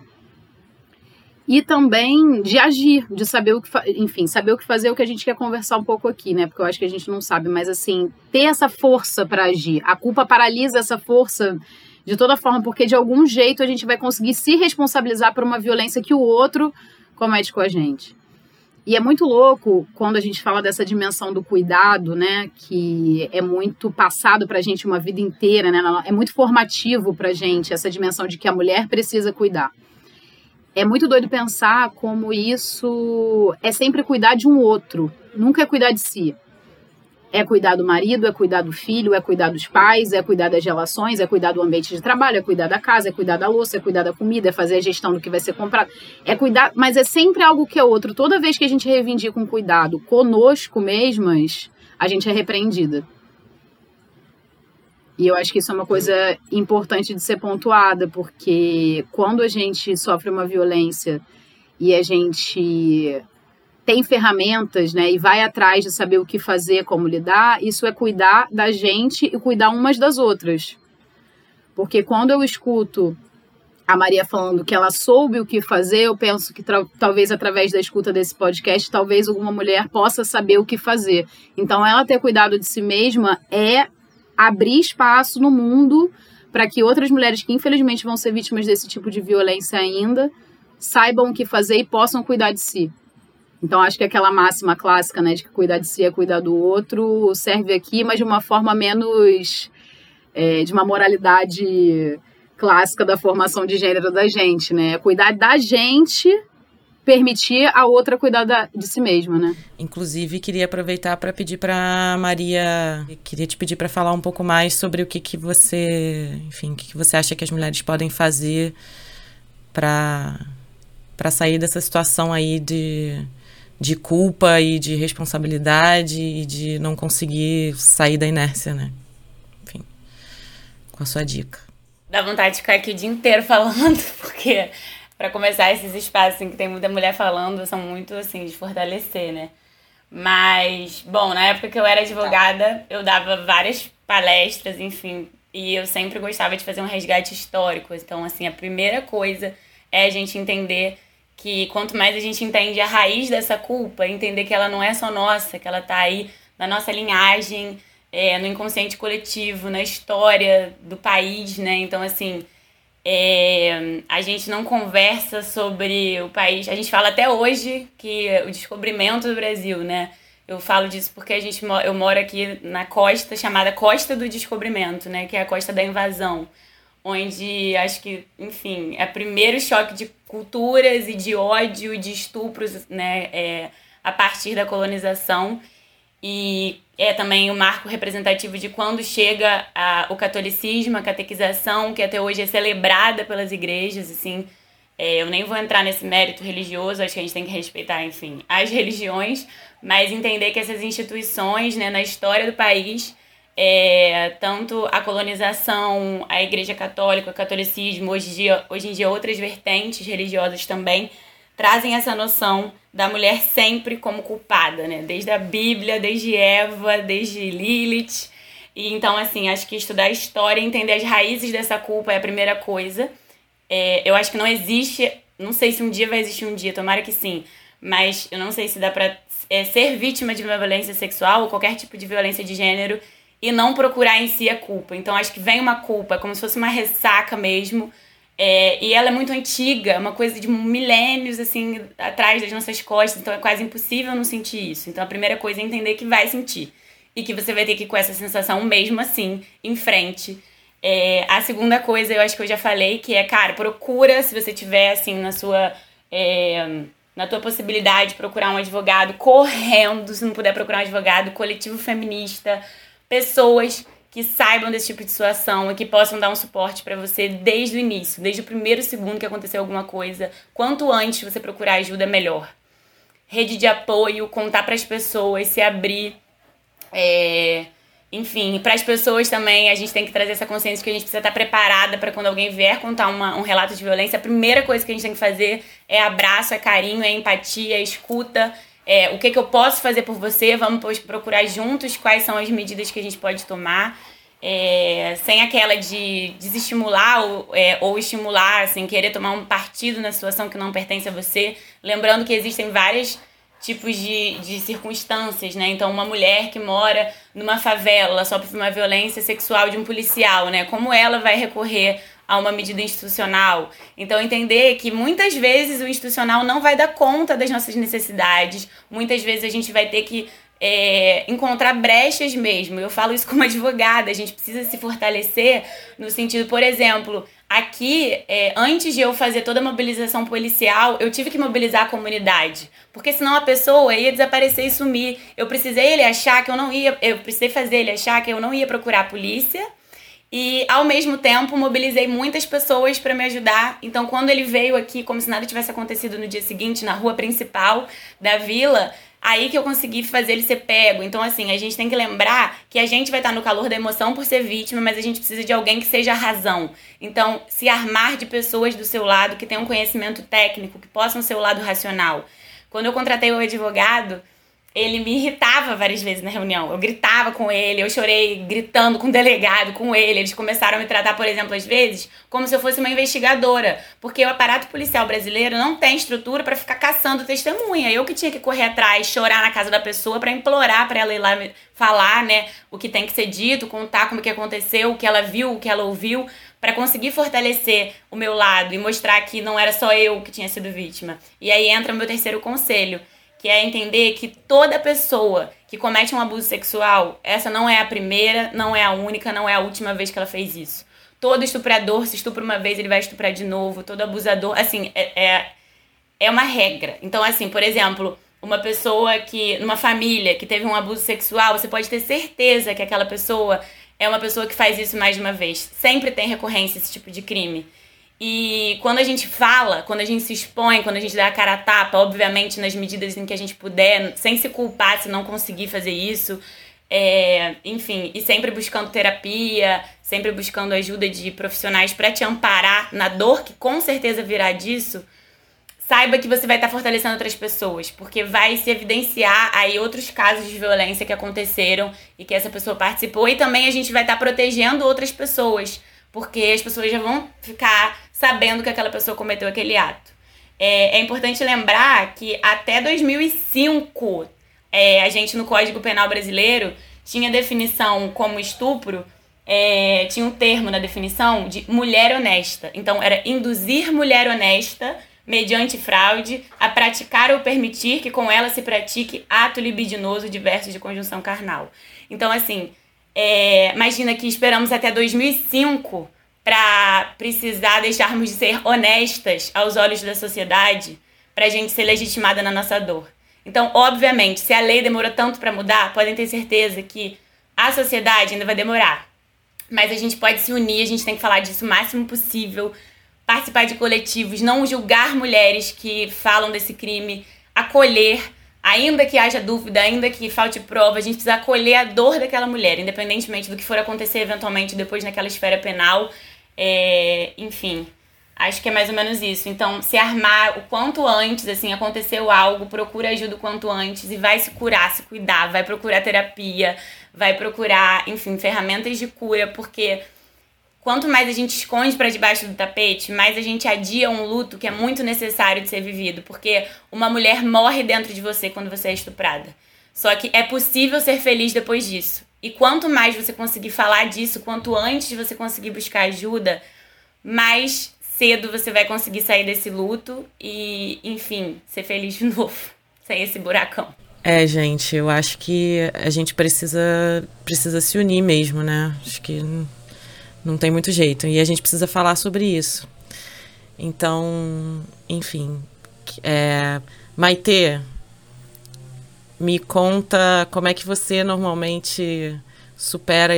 E também de agir, de saber saber o que fazer, o que a gente quer conversar um pouco aqui, né? Porque eu acho que a gente não sabe, mas assim, ter essa força para agir. A culpa paralisa essa força de toda forma, porque de algum jeito a gente vai conseguir se responsabilizar por uma violência que o outro comete com a gente. E é muito louco quando a gente fala dessa dimensão do cuidado, né? Que é muito passado pra gente uma vida inteira, né? É muito formativo pra gente essa dimensão de que a mulher precisa cuidar. É muito doido pensar como isso é sempre cuidar de um outro, nunca é cuidar de si. É cuidar do marido, é cuidar do filho, é cuidar dos pais, é cuidar das relações, é cuidar do ambiente de trabalho, é cuidar da casa, é cuidar da louça, é cuidar da comida, é fazer a gestão do que vai ser comprado. É cuidar, mas é sempre algo que é outro. Toda vez que a gente reivindica um cuidado conosco mesmas, a gente é repreendida. E eu acho que isso é uma coisa importante de ser pontuada, porque quando a gente sofre uma violência e a gente tem ferramentas, né, e vai atrás de saber o que fazer, como lidar, isso é cuidar da gente e cuidar umas das outras. Porque quando eu escuto a Maria falando que ela soube o que fazer, eu penso que talvez através da escuta desse podcast, talvez alguma mulher possa saber o que fazer. Então, ela ter cuidado de si mesma é abrir espaço no mundo para que outras mulheres que infelizmente vão ser vítimas desse tipo de violência ainda saibam o que fazer e possam cuidar de si. Então, acho que aquela máxima clássica, né, de que cuidar de si é cuidar do outro, serve aqui, mas de uma forma menos... de uma moralidade clássica da formação de gênero da gente, né? Cuidar da gente, permitir a outra cuidar de si mesma, né? Inclusive, queria aproveitar para pedir para Maria, queria te pedir para falar um pouco mais sobre o que você, enfim, o que você acha que as mulheres podem fazer para sair dessa situação aí de culpa e de responsabilidade e de não conseguir sair da inércia, né? Enfim, com a sua dica. Dá vontade de ficar aqui o dia inteiro falando, porque, para começar, esses espaços assim, que tem muita mulher falando são muito, assim, de fortalecer, né? Mas, bom, na época que eu era advogada, eu dava várias palestras, enfim, e eu sempre gostava de fazer um resgate histórico. Então, assim, a primeira coisa é a gente entender que quanto mais a gente entende a raiz dessa culpa, entender que ela não é só nossa, que ela tá aí na nossa linhagem, no inconsciente coletivo, na história do país, né? Então, assim, a gente não conversa sobre o país. A gente fala até hoje que o descobrimento do Brasil, né? Eu falo disso porque eu moro aqui na costa chamada Costa do Descobrimento, né? Que é a costa da invasão, onde acho que, enfim, é o primeiro choque de culturas e de ódio e de estupros, né? A partir da colonização. E é também o marco representativo de quando chega o catolicismo, a catequização, que até hoje é celebrada pelas igrejas, assim. Eu nem vou entrar nesse mérito religioso, acho que a gente tem que respeitar, enfim, as religiões, mas entender que essas instituições, né, na história do país, tanto a colonização, a igreja católica, o catolicismo, hoje em dia outras vertentes religiosas também, trazem essa noção da mulher sempre como culpada, né? Desde a Bíblia, desde Eva, desde Lilith. E então, assim, acho que estudar a história e entender as raízes dessa culpa é a primeira coisa. Eu acho que não existe, não sei se um dia vai existir um dia, tomara que sim, mas eu não sei se dá pra ser vítima de uma violência sexual ou qualquer tipo de violência de gênero e não procurar em si a culpa. Então, acho que vem uma culpa, como se fosse uma ressaca mesmo. E ela é muito antiga, uma coisa de milênios, assim, atrás das nossas costas, então é quase impossível não sentir isso. Então a primeira coisa é entender que vai sentir e que você vai ter que ir com essa sensação mesmo assim, em frente. A segunda coisa, eu acho que eu já falei, que cara, procura, se você tiver, assim, na tua possibilidade, procurar um advogado correndo, se não puder procurar um advogado, coletivo feminista, pessoas que saibam desse tipo de situação e que possam dar um suporte para você desde o início, desde o primeiro segundo que aconteceu alguma coisa. Quanto antes você procurar ajuda, melhor. Rede de apoio, contar para as pessoas, se abrir. Enfim, para as pessoas também, a gente tem que trazer essa consciência de que a gente precisa estar preparada para quando alguém vier contar um relato de violência. A primeira coisa que a gente tem que fazer é abraço, é carinho, é empatia, é escuta. O que eu posso fazer por você? Vamos procurar juntos quais são as medidas que a gente pode tomar, sem aquela de desestimular ou estimular, assim, querer tomar um partido na situação que não pertence a você. Lembrando que existem vários tipos de circunstâncias, né? Então, uma mulher que mora numa favela, ela sofre uma violência sexual de um policial, né? Como ela vai recorrer a uma medida institucional? Então, entender que muitas vezes o institucional não vai dar conta das nossas necessidades. Muitas vezes a gente vai ter que encontrar brechas mesmo. Eu falo isso como advogada, a gente precisa se fortalecer no sentido, por exemplo, aqui, antes de eu fazer toda a mobilização policial, eu tive que mobilizar a comunidade, porque senão a pessoa ia desaparecer e sumir. Eu precisei fazer ele achar que eu não ia procurar a polícia. E, ao mesmo tempo, mobilizei muitas pessoas para me ajudar. Então, quando ele veio aqui, como se nada tivesse acontecido no dia seguinte, na rua principal da vila, aí que eu consegui fazer ele ser pego. Então, assim, a gente tem que lembrar que a gente vai estar no calor da emoção por ser vítima, mas a gente precisa de alguém que seja a razão. Então, se armar de pessoas do seu lado, que tenham conhecimento técnico, que possam ser o lado racional. Quando eu contratei o advogado, ele me irritava várias vezes na reunião. Eu gritava com ele, eu chorei gritando com o delegado, com ele. Eles começaram a me tratar, por exemplo, às vezes, como se eu fosse uma investigadora. Porque o aparato policial brasileiro não tem estrutura para ficar caçando testemunha. Eu que tinha que correr atrás, chorar na casa da pessoa para implorar para ela ir lá falar, né, o que tem que ser dito, contar como que aconteceu, o que ela viu, o que ela ouviu, para conseguir fortalecer o meu lado e mostrar que não era só eu que tinha sido vítima. E aí entra o meu terceiro conselho, que é entender que toda pessoa que comete um abuso sexual, essa não é a primeira, não é a única, não é a última vez que ela fez isso. Todo estuprador, se estupra uma vez, ele vai estuprar de novo. Todo abusador, assim, é uma regra. Então, assim, por exemplo, uma pessoa que, numa família que teve um abuso sexual, você pode ter certeza que aquela pessoa é uma pessoa que faz isso mais de uma vez. Sempre tem recorrência esse tipo de crime. E quando a gente fala, quando a gente se expõe, quando a gente dá a cara a tapa, obviamente nas medidas em que a gente puder, sem se culpar se não conseguir fazer isso, enfim, e sempre buscando terapia, sempre buscando ajuda de profissionais para te amparar na dor que com certeza virá disso, saiba que você vai estar fortalecendo outras pessoas, porque vai se evidenciar aí outros casos de violência que aconteceram e que essa pessoa participou, e também a gente vai estar protegendo outras pessoas, porque as pessoas já vão ficar sabendo que aquela pessoa cometeu aquele ato. É importante lembrar que até 2005, a gente no Código Penal brasileiro tinha definição como estupro, tinha um termo na definição de mulher honesta. Então, era induzir mulher honesta, mediante fraude, a praticar ou permitir que com ela se pratique ato libidinoso diverso de conjunção carnal. Então, assim, imagina que esperamos até 2005 para precisar deixarmos de ser honestas aos olhos da sociedade, para a gente ser legitimada na nossa dor. Então, obviamente, se a lei demorou tanto para mudar, podem ter certeza que a sociedade ainda vai demorar. Mas a gente pode se unir, a gente tem que falar disso o máximo possível, participar de coletivos, não julgar mulheres que falam desse crime, acolher, ainda que haja dúvida, ainda que falte prova, a gente precisa acolher a dor daquela mulher, independentemente do que for acontecer eventualmente depois naquela esfera penal. Enfim, acho que é mais ou menos isso. Então, se armar o quanto antes, assim, aconteceu algo, procura ajuda o quanto antes e vai se curar, se cuidar, vai procurar terapia, vai procurar, enfim, ferramentas de cura, porque quanto mais a gente esconde para debaixo do tapete, mais a gente adia um luto que é muito necessário de ser vivido, porque uma mulher morre dentro de você quando você é estuprada. Só que é possível ser feliz depois disso. E quanto mais você conseguir falar disso, quanto antes você conseguir buscar ajuda, mais cedo você vai conseguir sair desse luto e, enfim, ser feliz de novo, sem esse buracão. Gente, eu acho que a gente precisa se unir mesmo, né? Acho que não tem muito jeito. E a gente precisa falar sobre isso. Então, enfim. Maitê, me conta como é que você normalmente supera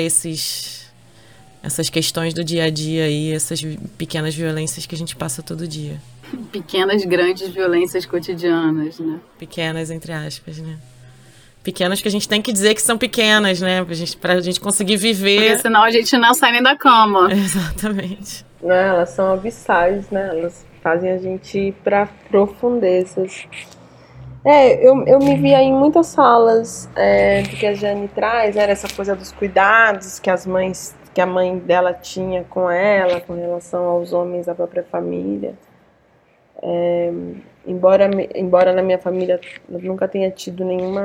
essas questões do dia a dia e essas pequenas violências que a gente passa todo dia. Pequenas, grandes violências cotidianas, né? Pequenas, entre aspas, né? Pequenas que a gente tem que dizer que são pequenas, né? Pra gente conseguir viver. Porque senão a gente não sai nem da cama. Exatamente. Não, elas são abissais, né? Elas fazem a gente ir para profundezas. Eu me via em muitas falas do que a Jane traz, né? Essa coisa dos cuidados que a mãe dela tinha com ela, com relação aos homens da própria família. Embora na minha família eu nunca tenha tido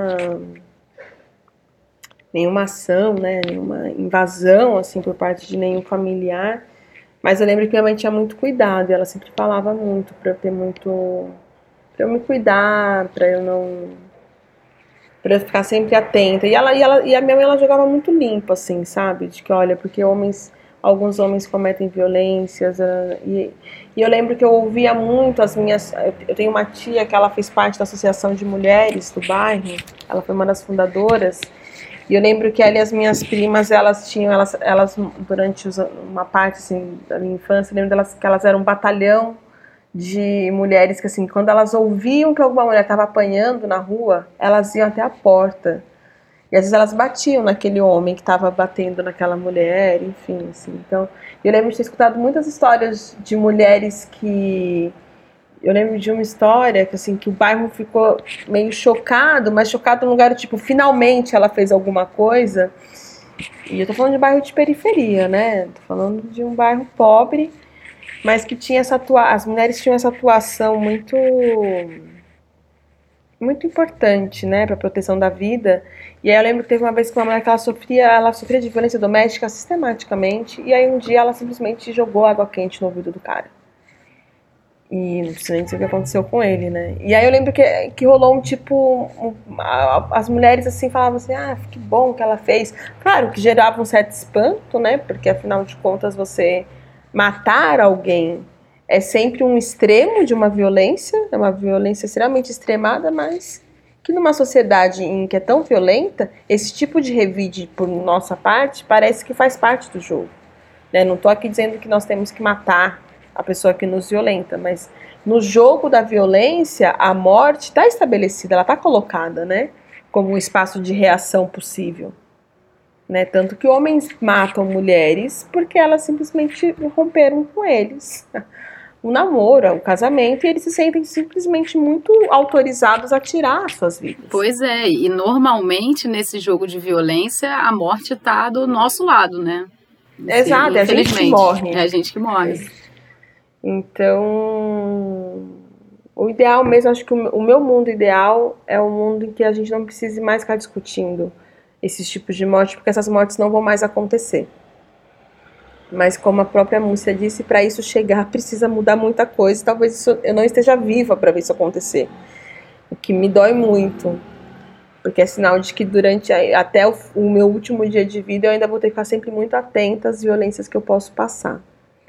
nenhuma ação, né, nenhuma invasão assim por parte de nenhum familiar, mas eu lembro que minha mãe tinha muito cuidado e ela sempre falava muito para eu me cuidar, para eu ficar sempre atenta. E a minha mãe ela jogava muito limpo assim, sabe, de que olha, porque alguns homens cometem violências, e eu lembro que eu ouvia muito eu tenho uma tia que ela fez parte da Associação de Mulheres do bairro, ela foi uma das fundadoras, e eu lembro que ela e as minhas primas, elas durante uma parte assim, da minha infância, eu lembro que elas eram um batalhão de mulheres que assim, quando elas ouviam que alguma mulher estava apanhando na rua, elas iam até a porta. E às vezes elas batiam naquele homem que estava batendo naquela mulher, enfim, assim. Então, eu lembro de ter escutado muitas histórias de mulheres que Eu lembro de uma história que, assim, que o bairro ficou meio chocado, mas chocado no lugar, tipo, finalmente ela fez alguma coisa. E eu tô falando de bairro de periferia, né? Tô falando de um bairro pobre, mas que tinha as mulheres tinham essa atuação muito importante, né, para proteção da vida. E aí eu lembro que teve uma vez que uma mulher que ela sofria de violência doméstica sistematicamente, e aí um dia ela simplesmente jogou água quente no ouvido do cara. E não precisa nem dizer o que aconteceu com ele, né? E aí eu lembro que rolou um tipo... as mulheres, assim, falavam assim, que bom que ela fez. Claro que gerava um certo espanto, né? Porque, afinal de contas, você matar alguém é sempre um extremo de uma violência. É uma violência extremamente extremada, mas que numa sociedade em que é tão violenta, esse tipo de revide por nossa parte parece que faz parte do jogo, né? Não tô aqui dizendo que nós temos que matar a pessoa que nos violenta, mas no jogo da violência, a morte está estabelecida, ela está colocada, né, como um espaço de reação possível, né, tanto que homens matam mulheres porque elas simplesmente romperam com eles o namoro, o casamento, e eles se sentem simplesmente muito autorizados a tirar as suas vidas. Pois é, e normalmente nesse jogo de violência a morte está do nosso lado, né? Exato, é a gente que morre. É a gente que morre. Então, o ideal mesmo, acho que o meu mundo ideal é um mundo em que a gente não precise mais ficar discutindo esses tipos de morte, porque essas mortes não vão mais acontecer. Mas como a própria Múcia disse, para isso chegar precisa mudar muita coisa, talvez eu não esteja viva para ver isso acontecer. O que me dói muito, porque é sinal de que até o meu último dia de vida eu ainda vou ter que ficar sempre muito atenta às violências que eu posso passar.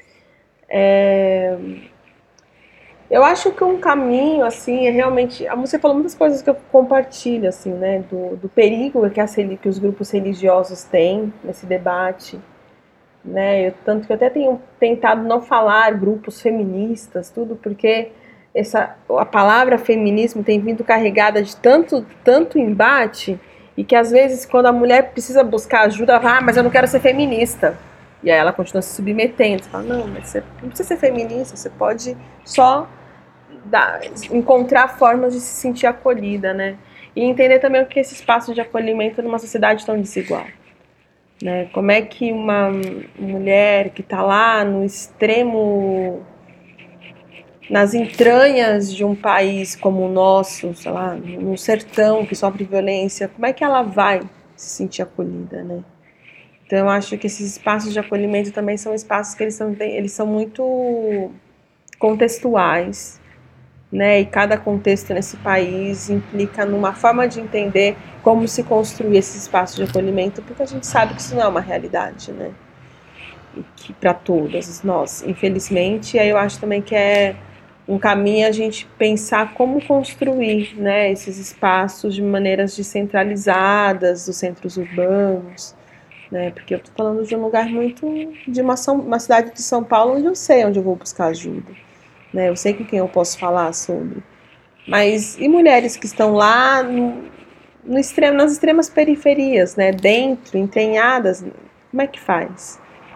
Eu acho que um caminho, assim, é realmente... Você falou muitas coisas que eu compartilho, assim, né? Do perigo que os grupos religiosos têm nesse debate, né? Tanto que eu até tenho tentado não falar grupos feministas, tudo, porque a palavra feminismo tem vindo carregada de tanto embate, e que às vezes quando a mulher precisa buscar ajuda, ela fala, mas eu não quero ser feminista. E aí ela continua se submetendo. Você fala, não, mas você não precisa ser feminista, você pode só encontrar formas de se sentir acolhida, né? E entender também o que é esse espaço de acolhimento numa sociedade tão desigual, né? Como é que uma mulher que está lá no extremo, nas entranhas de um país como o nosso, sei lá, num sertão que sofre violência, como é que ela vai se sentir acolhida, né? Então eu acho que esses espaços de acolhimento também são espaços que eles são muito contextuais, né? E cada contexto nesse país implica numa forma de entender como se construir esse espaço de acolhimento, porque a gente sabe que isso não é uma realidade, né? E que para todas nós, infelizmente, aí eu acho também que é um caminho a gente pensar como construir, né, esses espaços de maneiras descentralizadas dos centros urbanos, né? Porque eu estou falando de um lugar muito de uma cidade de São Paulo onde eu sei onde eu vou buscar ajuda, né? Eu sei com quem eu posso falar sobre. Mas e mulheres que estão lá nas extremas periferias, né? Dentro, entranhadas, como é que faz?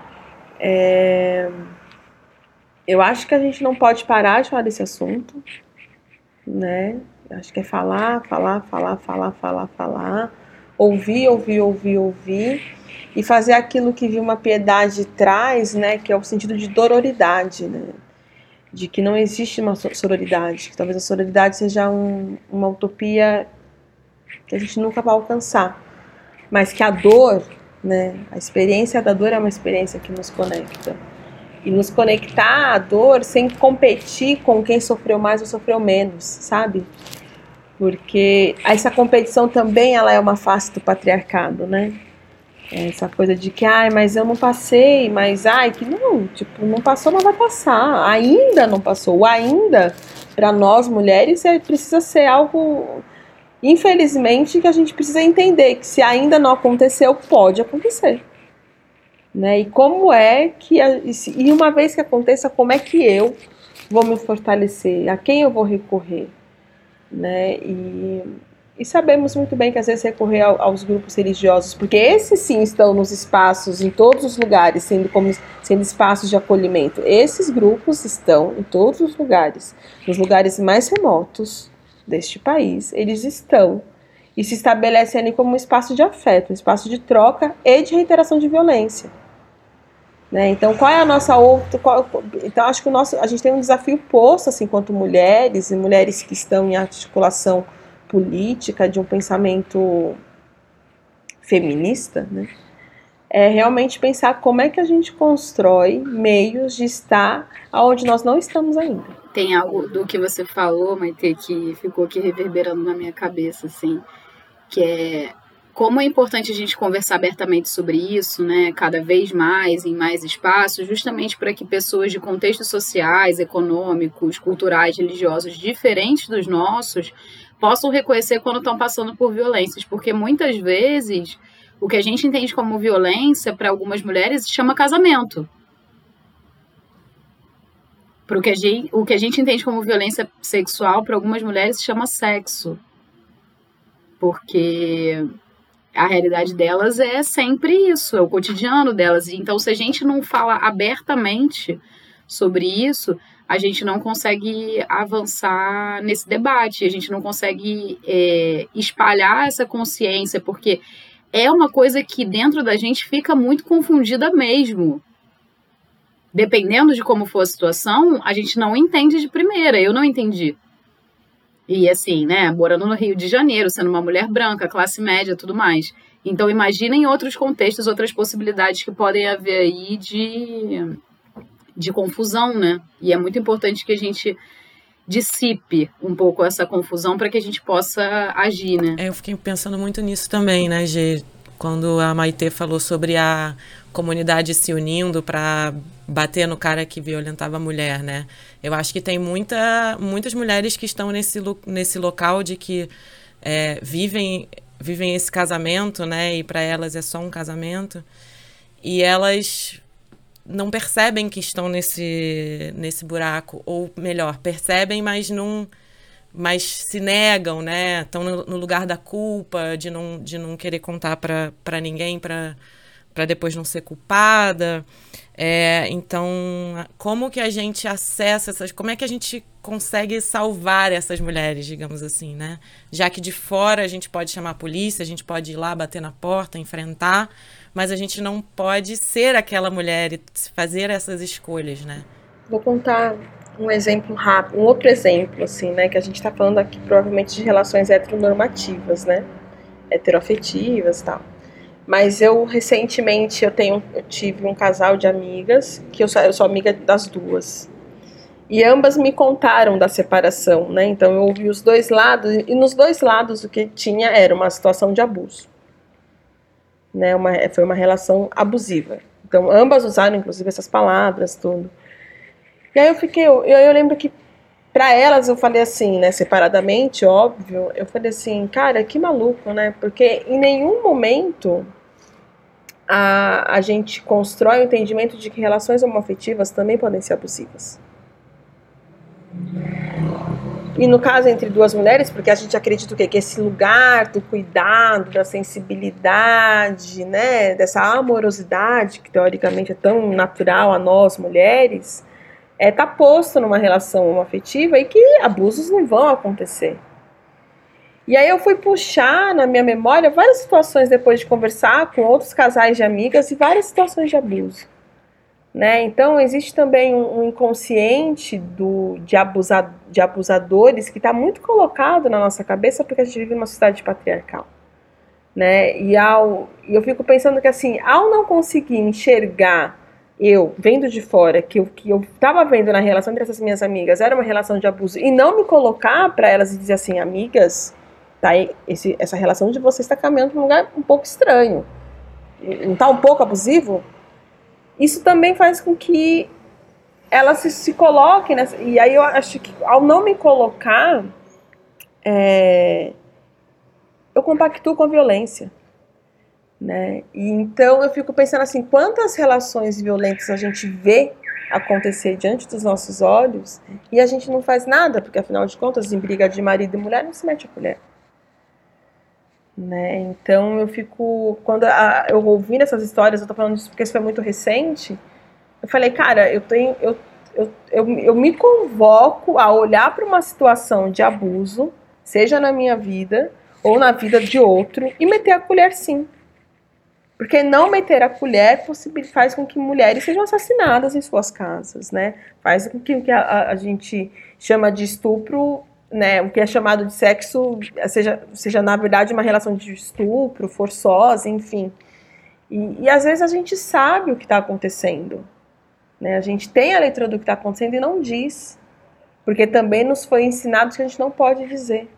Eu acho que a gente não pode parar de falar desse assunto, né? Acho que é falar, ouvir e fazer aquilo que Vilma Piedade traz, né? Que é o sentido de dororidade, né? De que não existe uma sororidade, que talvez a sororidade seja uma utopia que a gente nunca vai alcançar, mas que a dor, né? A experiência da dor é uma experiência que nos conecta. E nos conectar à dor sem competir com quem sofreu mais ou sofreu menos, sabe? Porque essa competição também ela é uma face do patriarcado, né? Essa coisa de que, mas eu não passei, mas, que não, tipo, não passou, mas vai passar. Ainda não passou. O ainda, para nós mulheres, precisa ser algo, infelizmente, que a gente precisa entender, que se ainda não aconteceu, pode acontecer. Né? E como é que, e uma vez que aconteça, como é que eu vou me fortalecer? A quem eu vou recorrer? Né? E sabemos muito bem que às vezes recorrer aos grupos religiosos, porque esses sim estão nos espaços, em todos os lugares, sendo espaços de acolhimento. Esses grupos estão em todos os lugares, nos lugares mais remotos deste país, eles estão e se estabelecem ali como um espaço de afeto, um espaço de troca e de reiteração de violência. Né? Então, qual é a nossa outra... Então, acho que a gente tem um desafio posto, assim, quanto mulheres, e mulheres que estão em articulação política, de um pensamento feminista, né? É realmente pensar como é que a gente constrói meios de estar onde nós não estamos ainda. Tem algo do que você falou, Maitê, que ficou aqui reverberando na minha cabeça, assim, que é como é importante a gente conversar abertamente sobre isso, né, cada vez mais, em mais espaços, justamente para que pessoas de contextos sociais, econômicos, culturais, religiosos diferentes dos nossos possam reconhecer quando estão passando por violências, porque muitas vezes o que a gente entende como violência para algumas mulheres se chama casamento. O que a gente entende como violência sexual para algumas mulheres se chama sexo. Porque a realidade delas é sempre isso, é o cotidiano delas. Então, se a gente não fala abertamente sobre isso, a gente não consegue avançar nesse debate, a gente não consegue espalhar essa consciência, porque é uma coisa que dentro da gente fica muito confundida mesmo. Dependendo de como for a situação, a gente não entende de primeira, eu não entendi. E assim, né, morando no Rio de Janeiro, sendo uma mulher branca, classe média e tudo mais. Então, imaginem outros contextos, outras possibilidades que podem haver aí de confusão, né? E é muito importante que a gente dissipe um pouco essa confusão para que a gente possa agir, né? Eu fiquei pensando muito nisso também, né, Gê? Quando a Maitê falou sobre a comunidade se unindo para bater no cara que violentava a mulher, né? Eu acho que tem muitas mulheres que estão nesse local de que vivem esse casamento, né? E para elas é só um casamento. E elas não percebem que estão nesse buraco. Ou melhor, percebem, mas se negam, né? Estão no lugar da culpa, de não querer contar para ninguém, para depois não ser culpada. Então, como que a gente acessa como é que a gente consegue salvar essas mulheres, digamos assim, né? Já que de fora a gente pode chamar a polícia, a gente pode ir lá, bater na porta, enfrentar, mas a gente não pode ser aquela mulher e fazer essas escolhas, né? Vou contar um exemplo rápido, um outro exemplo, assim, né? Que a gente está falando aqui provavelmente de relações heteronormativas, né? Heteroafetivas e tal. Mas recentemente, eu tive um casal de amigas, que eu sou amiga das duas. E ambas me contaram da separação, né? Então, eu ouvi os dois lados, e nos dois lados o que tinha era uma situação de abuso. Né? Foi uma relação abusiva. Então, ambas usaram, inclusive, essas palavras, tudo. E aí eu lembro que para elas eu falei assim, né, separadamente, óbvio, eu falei assim, cara, que maluco, né? Porque em nenhum momento a gente constrói o entendimento de que relações homoafetivas também podem ser abusivas. E no caso entre duas mulheres, porque a gente acredita o quê? Que esse lugar do cuidado, da sensibilidade, né, dessa amorosidade que teoricamente é tão natural a nós mulheres, tá posto numa relação homoafetiva e que abusos não vão acontecer. E aí eu fui puxar na minha memória várias situações depois de conversar com outros casais de amigas e várias situações de abuso. Né? Então existe também um inconsciente de abusadores que está muito colocado na nossa cabeça porque a gente vive numa sociedade patriarcal. Né? E eu fico pensando que assim, ao não conseguir enxergar, eu, vendo de fora, que eu estava vendo na relação entre essas minhas amigas era uma relação de abuso, e não me colocar para elas e dizer assim, amigas, tá, essa relação de vocês está caminhando para um lugar um pouco estranho, não está um pouco abusivo? Isso também faz com que elas se coloquem nessa, e aí eu acho que ao não me colocar, eu compactuo com a violência. Né? E então eu fico pensando assim, quantas relações violentas a gente vê acontecer diante dos nossos olhos e a gente não faz nada, porque afinal de contas em briga de marido e mulher não se mete a colher, né? Então eu fico, quando eu ouvindo essas histórias, eu tô falando disso porque isso foi muito recente, eu falei, cara, eu me convoco a olhar para uma situação de abuso, seja na minha vida ou na vida de outro, e meter a colher, sim. Porque não meter a colher faz com que mulheres sejam assassinadas em suas casas, né? Faz com que o que a gente chama de estupro, né, o que é chamado de sexo, seja na verdade uma relação de estupro, forçosa, enfim. E às vezes a gente sabe o que está acontecendo, né? A gente tem a leitura do que está acontecendo e não diz, porque também nos foi ensinado que a gente não pode dizer.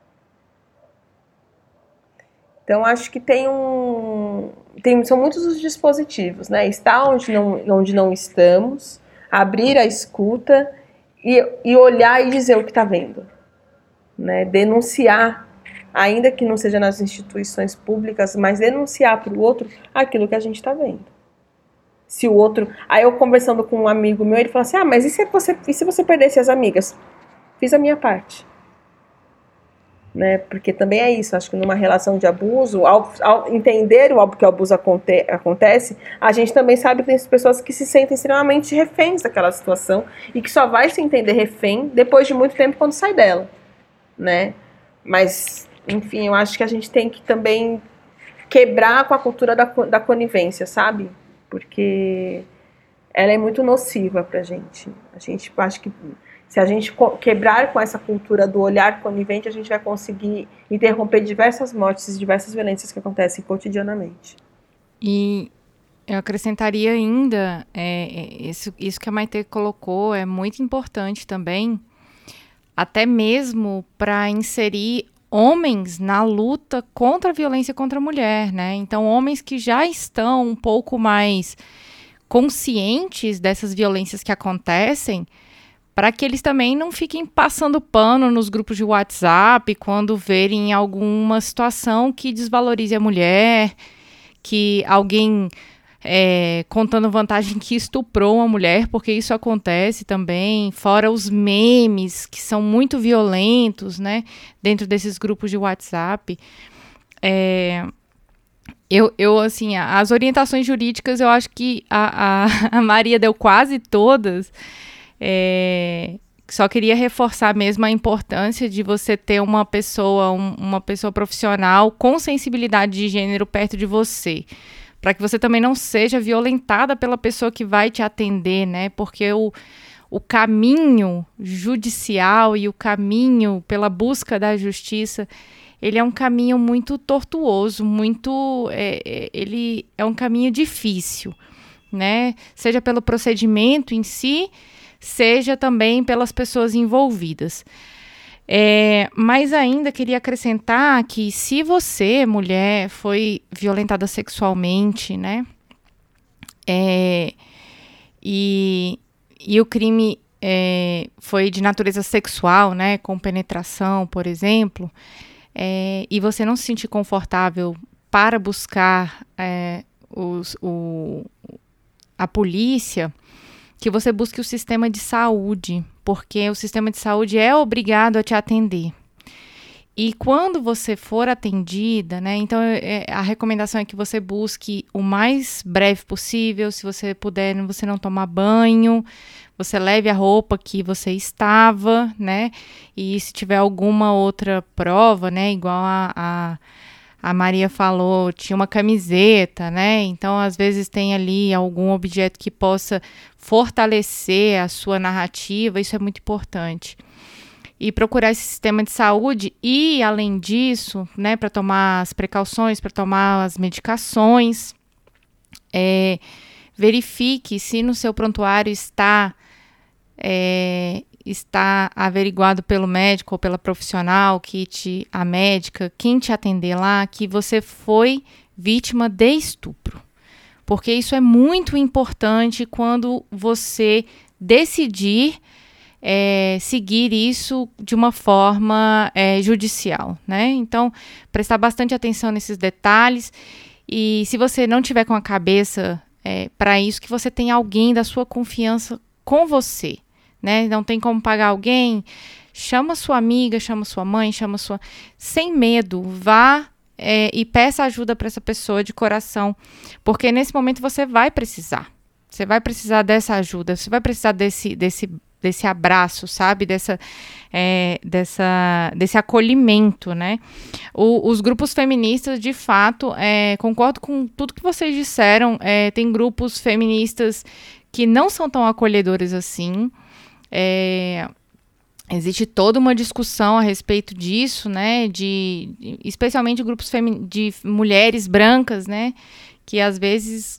Então acho que são muitos os dispositivos, né? Estar onde não estamos, abrir a escuta e olhar e dizer o que está vendo. Né, denunciar, ainda que não seja nas instituições públicas, mas denunciar para o outro aquilo que a gente está vendo. Se o outro... Aí eu conversando com um amigo meu, ele falou assim, mas e se você perdesse as amigas? Fiz a minha parte. Né, porque também é isso, acho que numa relação de abuso, ao entender que o abuso acontece, a gente também sabe que tem pessoas que se sentem extremamente reféns daquela situação e que só vai se entender refém depois de muito tempo quando sai dela. Né? Mas, enfim, eu acho que a gente tem que também quebrar com a cultura da conivência, sabe? Porque ela é muito nociva pra gente. A gente acho que se a gente quebrar com essa cultura do olhar conivente, a gente vai conseguir interromper diversas mortes e diversas violências que acontecem cotidianamente. E eu acrescentaria ainda, isso que a Maitê colocou é muito importante também, até mesmo para inserir homens na luta contra a violência contra a mulher, né? Então, homens que já estão um pouco mais conscientes dessas violências que acontecem, para que eles também não fiquem passando pano nos grupos de WhatsApp quando verem alguma situação que desvalorize a mulher, que alguém... contando vantagem que estuprou uma mulher, porque isso acontece também, fora os memes que são muito violentos, né, dentro desses grupos de WhatsApp. Assim, as orientações jurídicas, eu acho que a Maria deu quase todas. Só queria reforçar mesmo a importância de você ter uma pessoa profissional com sensibilidade de gênero perto de você, para que você também não seja violentada pela pessoa que vai te atender, né? Porque o caminho judicial e o caminho pela busca da justiça, ele é um caminho muito tortuoso, ele é um caminho difícil, né? Seja pelo procedimento em si, seja também pelas pessoas envolvidas. Mas ainda queria acrescentar que se você, mulher, foi violentada sexualmente, né, e o crime foi de natureza sexual, né, com penetração, por exemplo, e você não se sentir confortável para buscar a polícia, que você busque o sistema de saúde, porque o sistema de saúde é obrigado a te atender. E quando você for atendida, né, então a recomendação é que você busque o mais breve possível, se você puder, você não tomar banho, você leve a roupa que você estava, né, e se tiver alguma outra prova, né, igual a Maria falou, tinha uma camiseta, né? Então, às vezes tem ali algum objeto que possa fortalecer a sua narrativa, isso é muito importante. E procurar esse sistema de saúde e, além disso, né, para tomar as precauções, para tomar as medicações, verifique se no seu prontuário está averiguado pelo médico ou pela profissional, a médica, quem te atender lá, que você foi vítima de estupro. Porque isso é muito importante quando você decidir seguir isso de uma forma judicial, né? Então, prestar bastante atenção nesses detalhes e se você não tiver com a cabeça para isso, que você tenha alguém da sua confiança com você, né? Não tem como pagar alguém, chama sua amiga, chama sua mãe, sem medo, vá e peça ajuda para essa pessoa de coração, porque nesse momento você vai precisar dessa ajuda, você vai precisar desse abraço, sabe? Desse acolhimento, né? Os grupos feministas, de fato, concordo com tudo que vocês disseram, tem grupos feministas que não são tão acolhedores assim, existe toda uma discussão a respeito disso, né? Especialmente grupos de mulheres brancas, né? Que às vezes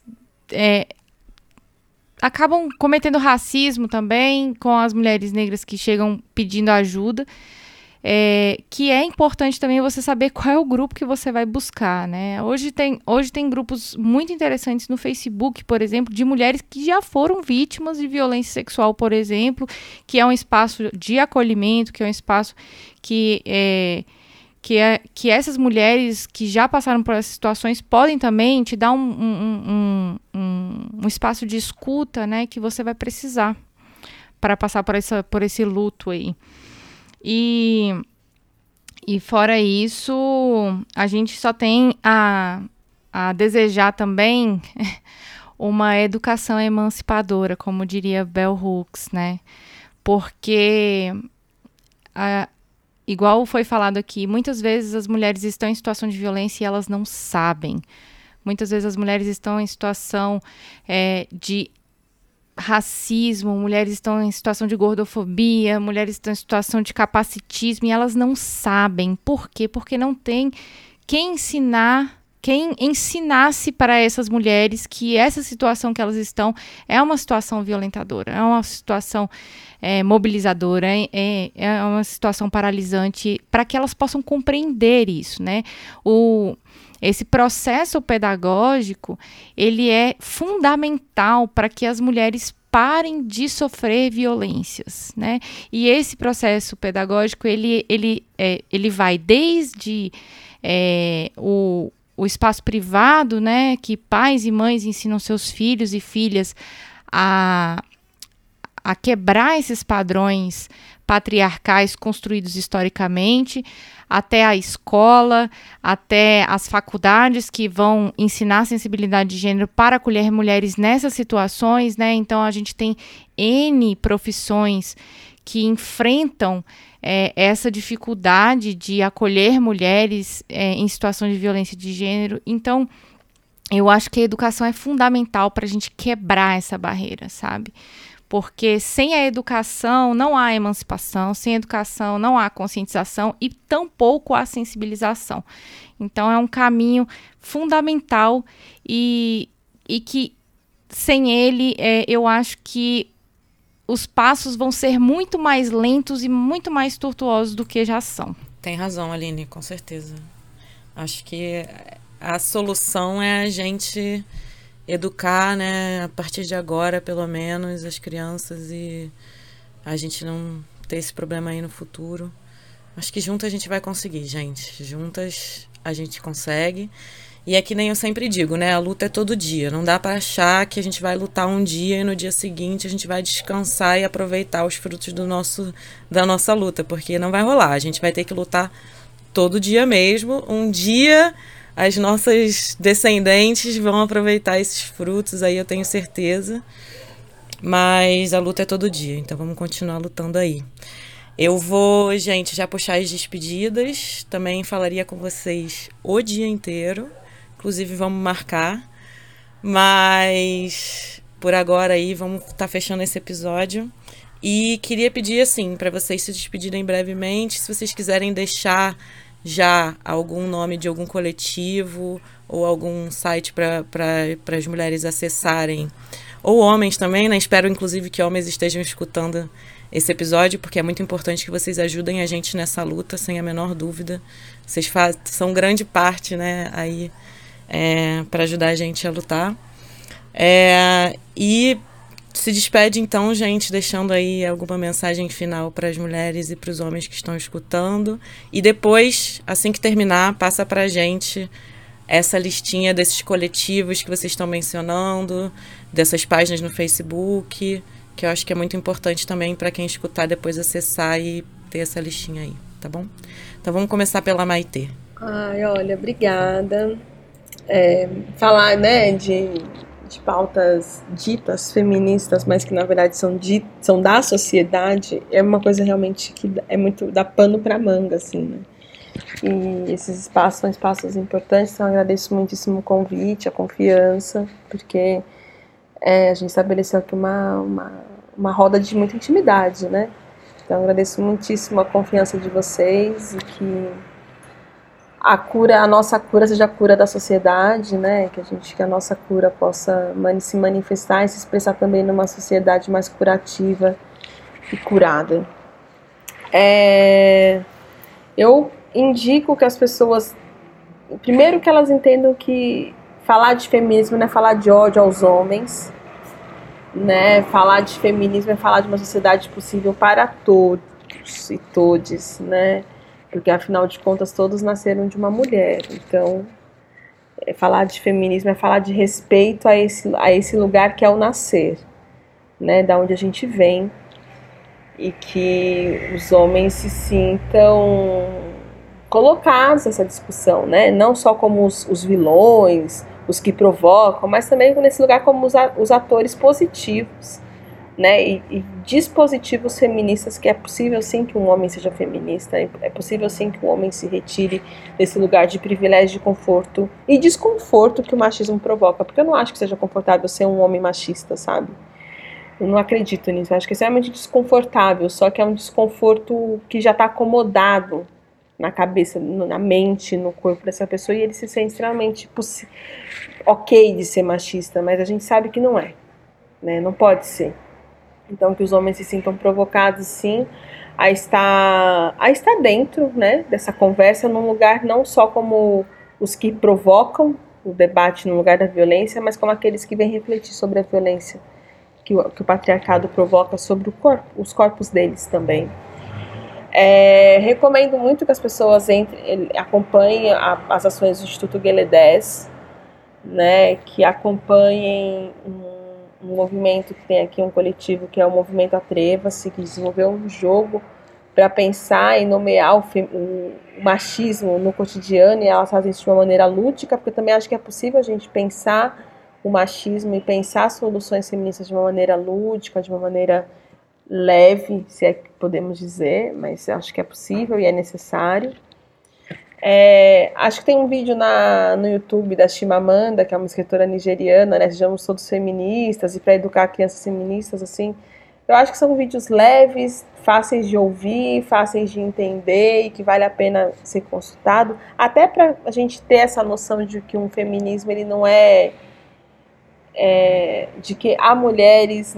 acabam cometendo racismo também com as mulheres negras que chegam pedindo ajuda. Que é importante também você saber qual é o grupo que você vai buscar, né? Hoje tem grupos muito interessantes no Facebook, por exemplo, de mulheres que já foram vítimas de violência sexual, por exemplo, que é um espaço de acolhimento, que é um espaço que essas mulheres que já passaram por essas situações podem também te dar um espaço de escuta, né, que você vai precisar para passar por esse luto aí. E fora isso, a gente só tem a desejar também uma educação emancipadora, como diria Bell Hooks, né? Porque, igual foi falado aqui, muitas vezes as mulheres estão em situação de violência e elas não sabem. Muitas vezes as mulheres estão em situação de racismo, mulheres estão em situação de gordofobia, mulheres estão em situação de capacitismo e elas não sabem. Por quê? Porque não tem quem ensinasse para essas mulheres que essa situação que elas estão é uma situação violentadora, é uma situação mobilizadora, é uma situação paralisante, para que elas possam compreender isso, né? Esse processo pedagógico, ele é fundamental para que as mulheres parem de sofrer violências, né? E esse processo pedagógico, ele vai desde o espaço privado, né? Que pais e mães ensinam seus filhos e filhas a quebrar esses padrões patriarcais construídos historicamente, até a escola, até as faculdades que vão ensinar sensibilidade de gênero para acolher mulheres nessas situações, né? Então, a gente tem N profissões que enfrentam essa dificuldade de acolher mulheres em situação de violência de gênero. Então, eu acho que a educação é fundamental para a gente quebrar essa barreira, sabe? Porque sem a educação não há emancipação, sem a educação não há conscientização e tampouco há sensibilização. Então é um caminho fundamental e que sem ele eu acho que os passos vão ser muito mais lentos e muito mais tortuosos do que já são. Tem razão, Aline, com certeza. Acho que a solução é a gente educar, né, a partir de agora, pelo menos, as crianças e a gente não ter esse problema aí no futuro. Acho que juntas a gente vai conseguir, gente. Juntas a gente consegue. E é que nem eu sempre digo, né, a luta é todo dia. Não dá para achar que a gente vai lutar um dia e no dia seguinte a gente vai descansar e aproveitar os frutos da nossa luta, porque não vai rolar. A gente vai ter que lutar todo dia mesmo. Um dia as nossas descendentes vão aproveitar esses frutos, aí eu tenho certeza. Mas a luta é todo dia, então vamos continuar lutando aí. Eu vou, gente, já puxar as despedidas. Também falaria com vocês o dia inteiro. Inclusive, vamos marcar. Mas, por agora aí, vamos estar fechando esse episódio. E queria pedir, assim, para vocês se despedirem brevemente. Se vocês quiserem deixar já algum nome de algum coletivo ou algum site para as mulheres acessarem, ou homens também, né? Espero inclusive que homens estejam escutando esse episódio, porque é muito importante que vocês ajudem a gente nessa luta, sem a menor dúvida. Vocês são grande parte, né, aí para ajudar a gente a lutar. E se despede então, gente, deixando aí alguma mensagem final para as mulheres e para os homens que estão escutando. E depois, assim que terminar, passa para a gente essa listinha desses coletivos que vocês estão mencionando, dessas páginas no Facebook, que eu acho que é muito importante também para quem escutar depois acessar e ter essa listinha aí, tá bom? Então vamos começar pela Maitê. Ai, olha, obrigada. Falar, né, de pautas ditas feministas, mas que na verdade são da sociedade, é uma coisa realmente que é muito, dá pano pra manga, assim, né? E esses espaços são espaços importantes, então eu agradeço muitíssimo o convite, a confiança, porque a gente estabeleceu aqui uma roda de muita intimidade, né? Então eu agradeço muitíssimo a confiança de vocês e que a nossa cura seja a cura da sociedade, né? Que a nossa cura possa se manifestar e se expressar também numa sociedade mais curativa e curada. Eu indico que as pessoas, primeiro que elas entendam que falar de feminismo não é falar de ódio aos homens, né? Falar de feminismo é falar de uma sociedade possível para todos e todes, né? Porque afinal de contas todos nasceram de uma mulher. Então, falar de feminismo é falar de respeito a esse lugar que é o nascer, né? Da onde a gente vem, e que os homens se sintam colocados nessa discussão, né? Não só como os vilões, os que provocam, mas também nesse lugar como os atores positivos, né? E dispositivos feministas, que é possível sim que um homem seja feminista, é possível sim que um homem se retire desse lugar de privilégio, de conforto e desconforto que o machismo provoca, porque eu não acho que seja confortável ser um homem machista, sabe? Eu não acredito nisso, eu acho que é extremamente desconfortável, só que é um desconforto que já está acomodado na cabeça, na mente, no corpo dessa pessoa, e ele se sente extremamente ok de ser machista, mas a gente sabe que não é, né? Não pode ser. Então que os homens se sintam provocados sim a estar dentro, né, dessa conversa, num lugar não só como os que provocam o debate no lugar da violência, mas como aqueles que vêm refletir sobre a violência que o patriarcado provoca sobre os corpos deles também. Recomendo muito que as pessoas acompanhem as ações do Instituto Guelé 10, né, que acompanhem um movimento que tem aqui, um coletivo que é o Movimento Atreva-se, que desenvolveu um jogo para pensar e nomear o machismo no cotidiano, e elas fazem isso de uma maneira lúdica, porque eu também acho que é possível a gente pensar o machismo e pensar soluções feministas de uma maneira lúdica, de uma maneira leve, se é que podemos dizer, mas eu acho que é possível e é necessário. Acho que tem um vídeo no YouTube da Chimamanda, que é uma escritora nigeriana, né? Sejamos todos feministas, e para educar crianças feministas, assim. Eu acho que são vídeos leves, fáceis de ouvir, fáceis de entender e que vale a pena ser consultado, até para a gente ter essa noção de que um feminismo ele não de que há mulheres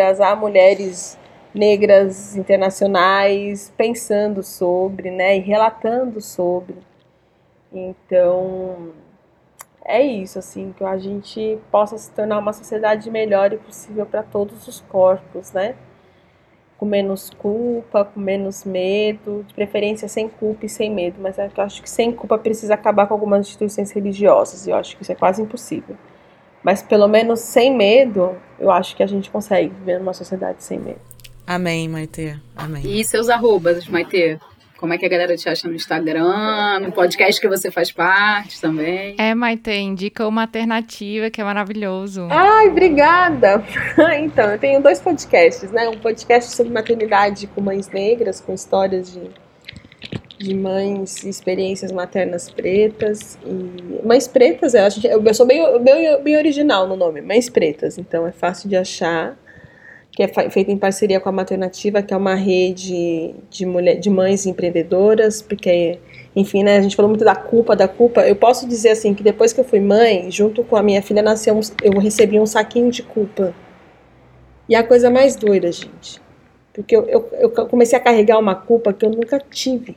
negras internacionais pensando sobre, né, e relatando sobre. Então, é isso, assim, que a gente possa se tornar uma sociedade melhor e possível para todos os corpos, né? Com menos culpa, com menos medo, de preferência sem culpa e sem medo, mas eu acho que sem culpa precisa acabar com algumas instituições religiosas, e eu acho que isso é quase impossível. Mas pelo menos sem medo, eu acho que a gente consegue viver numa sociedade sem medo. Amém, Maitê. Amém. E seus arrobas, Maitê? Como é que a galera te acha no Instagram, no podcast que você faz parte também? Maitê, indica uma alternativa que é maravilhoso. Ai, obrigada! Então, eu tenho 2 podcasts, né? Um podcast sobre maternidade com mães negras, com histórias de mães e experiências maternas pretas. E mães pretas, eu sou bem original no nome, Mães Pretas, então é fácil de achar, que é feita em parceria com a Maternativa, que é uma rede de mães empreendedoras, porque, enfim, né, a gente falou muito da culpa, eu posso dizer assim, que depois que eu fui mãe, junto com a minha filha nasceu, eu recebi um saquinho de culpa, e a coisa mais doida, gente, porque eu comecei a carregar uma culpa que eu nunca tive,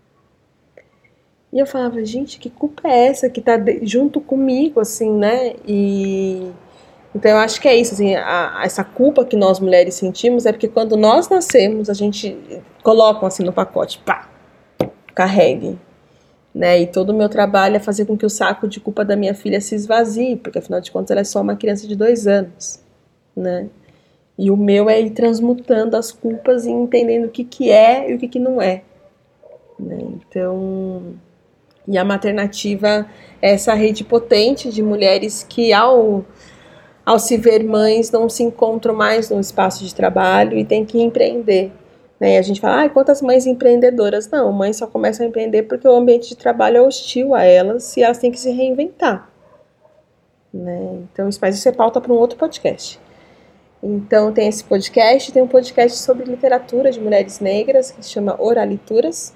e eu falava, gente, que culpa é essa que tá junto comigo, assim, né, então eu acho que é isso, assim, essa culpa que nós mulheres sentimos é porque quando nós nascemos, a gente coloca assim no pacote, pá, carregue, né, e todo o meu trabalho é fazer com que o saco de culpa da minha filha se esvazie, porque afinal de contas ela é só uma criança de 2 anos, né, e o meu é ir transmutando as culpas e entendendo o que é e o que não é, né, então E a Maternativa é essa rede potente de mulheres que, ao se ver mães, não se encontram mais no espaço de trabalho e tem que empreender. Né? E a gente fala, quantas mães empreendedoras? Não, mães só começam a empreender porque o ambiente de trabalho é hostil a elas e elas têm que se reinventar. Né? Então, mas isso é pauta para um outro podcast. Então, tem esse podcast, tem um podcast sobre literatura de mulheres negras, que se chama Oralituras.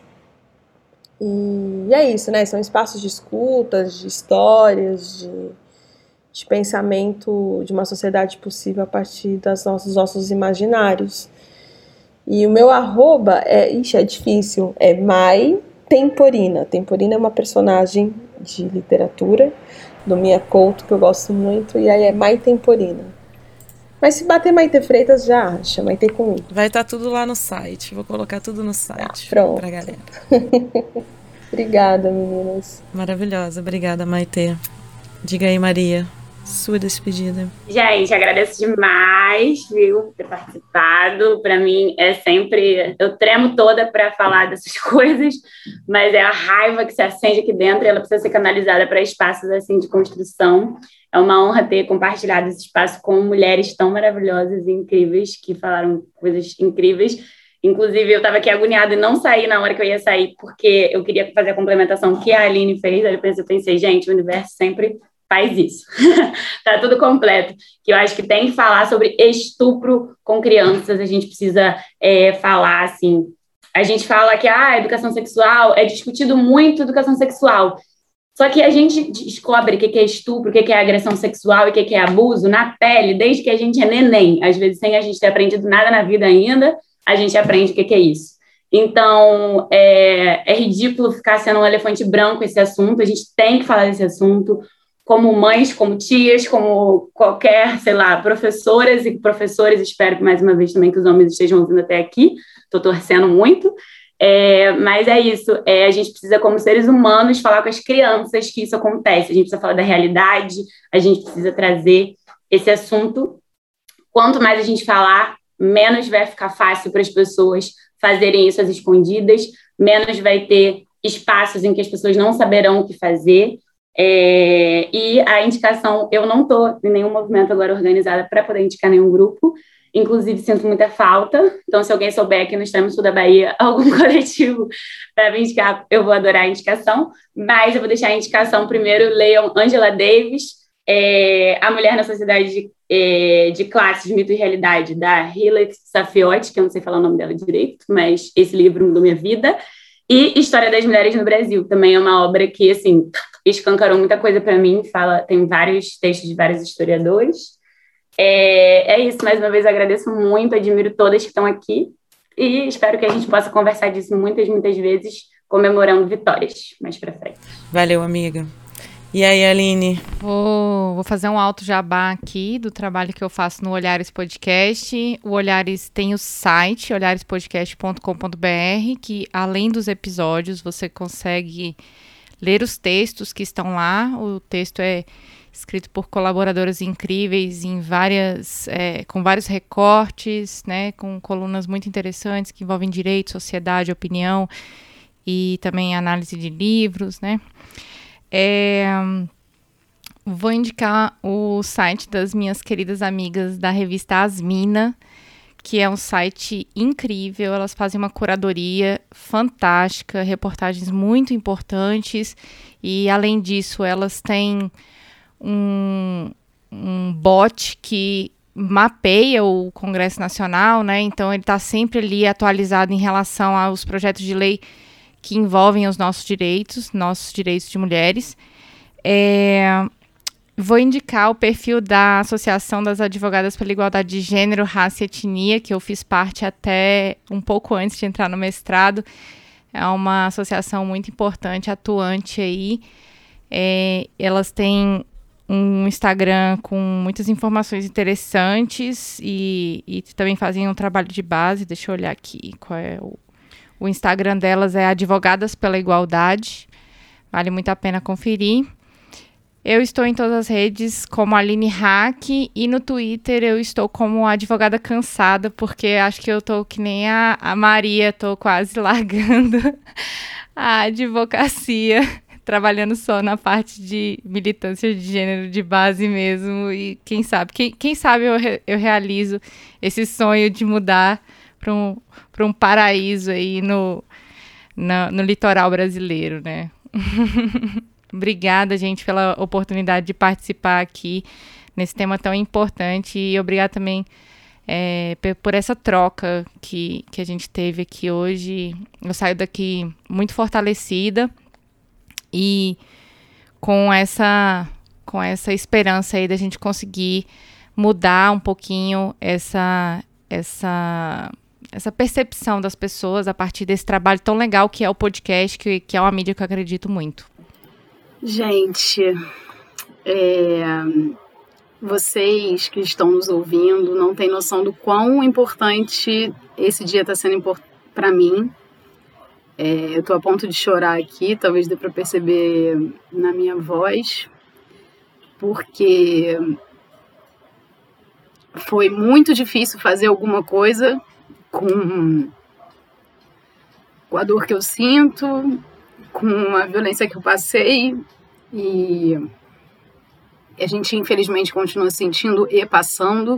E é isso, né? São espaços de escutas, de histórias, de pensamento de uma sociedade possível a partir dos nossos imaginários. E o meu arroba é difícil, é Mai Temporina. Temporina é uma personagem de literatura do Mia Couto, que eu gosto muito, e aí é Mai Temporina. Mas se bater Maite Freitas, já acha, Maite comigo. Vai estar tudo lá no site, vou colocar tudo no site pronto. Pra galera. Obrigada, meninas. Maravilhosa, obrigada, Maite. Diga aí, Maria, sua despedida. Gente, agradeço demais, viu, por ter participado. Para mim é sempre... Eu tremo toda para falar dessas coisas, mas é a raiva que se acende aqui dentro e ela precisa ser canalizada para espaços assim de construção. É uma honra ter compartilhado esse espaço com mulheres tão maravilhosas e incríveis que falaram coisas incríveis. Inclusive, eu estava aqui agoniada e não saí na hora que eu ia sair, porque eu queria fazer a complementação que a Aline fez. Aí eu pensei, gente, o universo sempre faz isso. Tá tudo completo. Que eu acho que tem que falar sobre estupro com crianças. A gente precisa falar, assim... A gente fala que a educação sexual... É discutido muito educação sexual. Só que a gente descobre o que é estupro, o que é agressão sexual e o que é abuso na pele, desde que a gente é neném. Às vezes, sem a gente ter aprendido nada na vida ainda, a gente aprende o que é isso. Então, é ridículo ficar sendo um elefante branco esse assunto. A gente tem que falar desse assunto como mães, como tias, como qualquer, sei lá, professoras e professores. Espero que, mais uma vez, também que os homens estejam ouvindo até aqui. Estou torcendo muito. Mas é isso, a gente precisa, como seres humanos, falar com as crianças que isso acontece, a gente precisa falar da realidade, a gente precisa trazer esse assunto. Quanto mais a gente falar, menos vai ficar fácil para as pessoas fazerem isso às escondidas, menos vai ter espaços em que as pessoas não saberão o que fazer. E a indicação, eu não estou em nenhum movimento agora organizada para poder indicar nenhum grupo. Inclusive, sinto muita falta. Então, se alguém souber aqui no extremo sul da Bahia algum coletivo para me indicar, eu vou adorar a indicação. Mas eu vou deixar a indicação primeiro. Leiam Angela Davis, A Mulher na Sociedade de Classes, Mito e Realidade, da Hilary Saffioti, que eu não sei falar o nome dela direito, mas esse livro mudou minha vida. E História das Mulheres no Brasil. Também é uma obra que, assim, escancarou muita coisa para mim. Tem vários textos de vários historiadores. É isso, mais uma vez agradeço muito, admiro todas que estão aqui e espero que a gente possa conversar disso muitas vezes, comemorando vitórias mais pra frente. Valeu, amiga. E aí, Aline? Vou fazer um alto jabá aqui do trabalho que eu faço no Olhares Podcast. O Olhares tem o site, olharespodcast.com.br, que além dos episódios você consegue ler os textos que estão lá. O texto é escrito por colaboradoras incríveis com vários recortes, né, com colunas muito interessantes que envolvem direito, sociedade, opinião e também análise de livros, né. Vou indicar o site das minhas queridas amigas da revista Asmina, que é um site incrível. Elas fazem uma curadoria fantástica, reportagens muito importantes e, além disso, elas têm um bot que mapeia o Congresso Nacional, né? Então ele está sempre ali atualizado em relação aos projetos de lei que envolvem os nossos direitos de mulheres. Vou indicar o perfil da Associação das Advogadas pela Igualdade de Gênero, Raça e Etnia, que eu fiz parte até um pouco antes de entrar no mestrado. É uma associação muito importante, atuante aí. Elas têm um Instagram com muitas informações interessantes e também fazem um trabalho de base. Deixa eu olhar aqui qual é o Instagram delas, é Advogadas pela Igualdade. Vale muito a pena conferir. Eu estou em todas as redes como Aline Hack e no Twitter eu estou como Advogada Cansada, porque acho que eu estou que nem a Maria, estou quase largando a advocacia. trabalhando só na parte de militância de gênero de base mesmo. E quem sabe eu realizo esse sonho de mudar para um paraíso aí no litoral brasileiro, né? Obrigada, gente, pela oportunidade de participar aqui nesse tema tão importante. E obrigada também por essa troca que a gente teve aqui hoje. Eu saio daqui muito fortalecida e com essa esperança aí da gente conseguir mudar um pouquinho essa percepção das pessoas a partir desse trabalho tão legal que é o podcast, que é uma mídia que eu acredito muito. Gente, vocês que estão nos ouvindo não têm noção do quão importante esse dia está sendo para mim. Eu estou a ponto de chorar aqui, talvez dê para perceber na minha voz, porque foi muito difícil fazer alguma coisa com a dor que eu sinto, com a violência que eu passei, e a gente infelizmente continua sentindo e passando.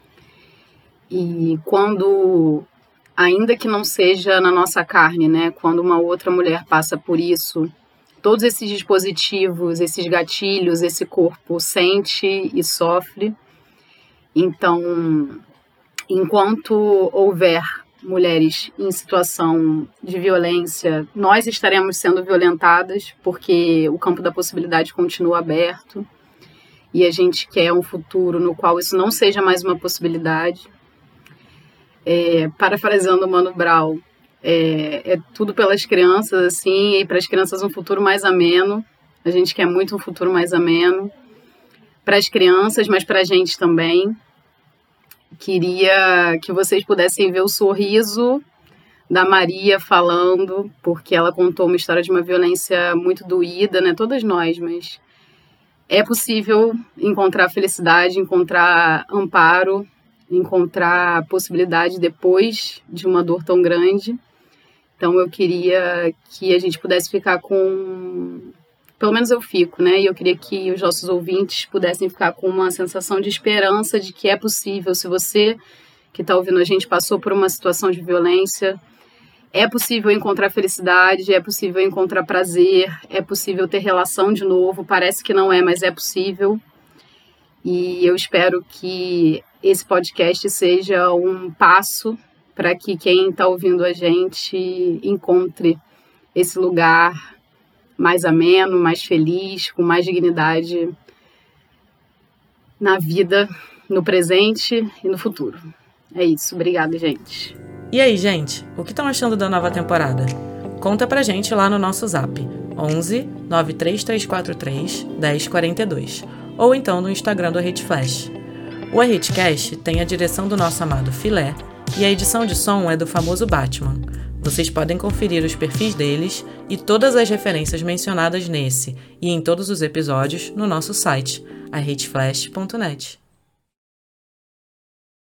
E quando, ainda que não seja na nossa carne, né, quando uma outra mulher passa por isso, todos esses dispositivos, esses gatilhos, esse corpo sente e sofre. Então, enquanto houver mulheres em situação de violência, nós estaremos sendo violentadas, porque o campo da possibilidade continua aberto e a gente quer um futuro no qual isso não seja mais uma possibilidade. Parafraseando o Mano Brown, é tudo pelas crianças, assim, e para as crianças um futuro mais ameno. A gente quer muito um futuro mais ameno para as crianças, mas para a gente também. Queria que vocês pudessem ver o sorriso da Maria falando, porque ela contou uma história de uma violência muito doída, né? Todas nós, mas é possível encontrar felicidade, encontrar amparo, encontrar possibilidade depois de uma dor tão grande. Então eu queria que a gente pudesse ficar com... Pelo menos eu fico, né? E eu queria que os nossos ouvintes pudessem ficar com uma sensação de esperança de que é possível. Se você que está ouvindo a gente passou por uma situação de violência, é possível encontrar felicidade, é possível encontrar prazer, é possível ter relação de novo. Parece que não é, mas é possível. E eu espero que esse podcast seja um passo para que quem está ouvindo a gente encontre esse lugar mais ameno, mais feliz, com mais dignidade na vida, no presente e no futuro. É isso. Obrigada, gente. E aí, gente? O que estão achando da nova temporada? Conta pra gente lá no nosso zap 11 93343 1042 ou então no Instagram do Hate Flash. O Hatecast tem a direção do nosso amado Filé e a edição de som é do famoso Batman. Vocês podem conferir os perfis deles e todas as referências mencionadas nesse e em todos os episódios no nosso site, ahateflash.net.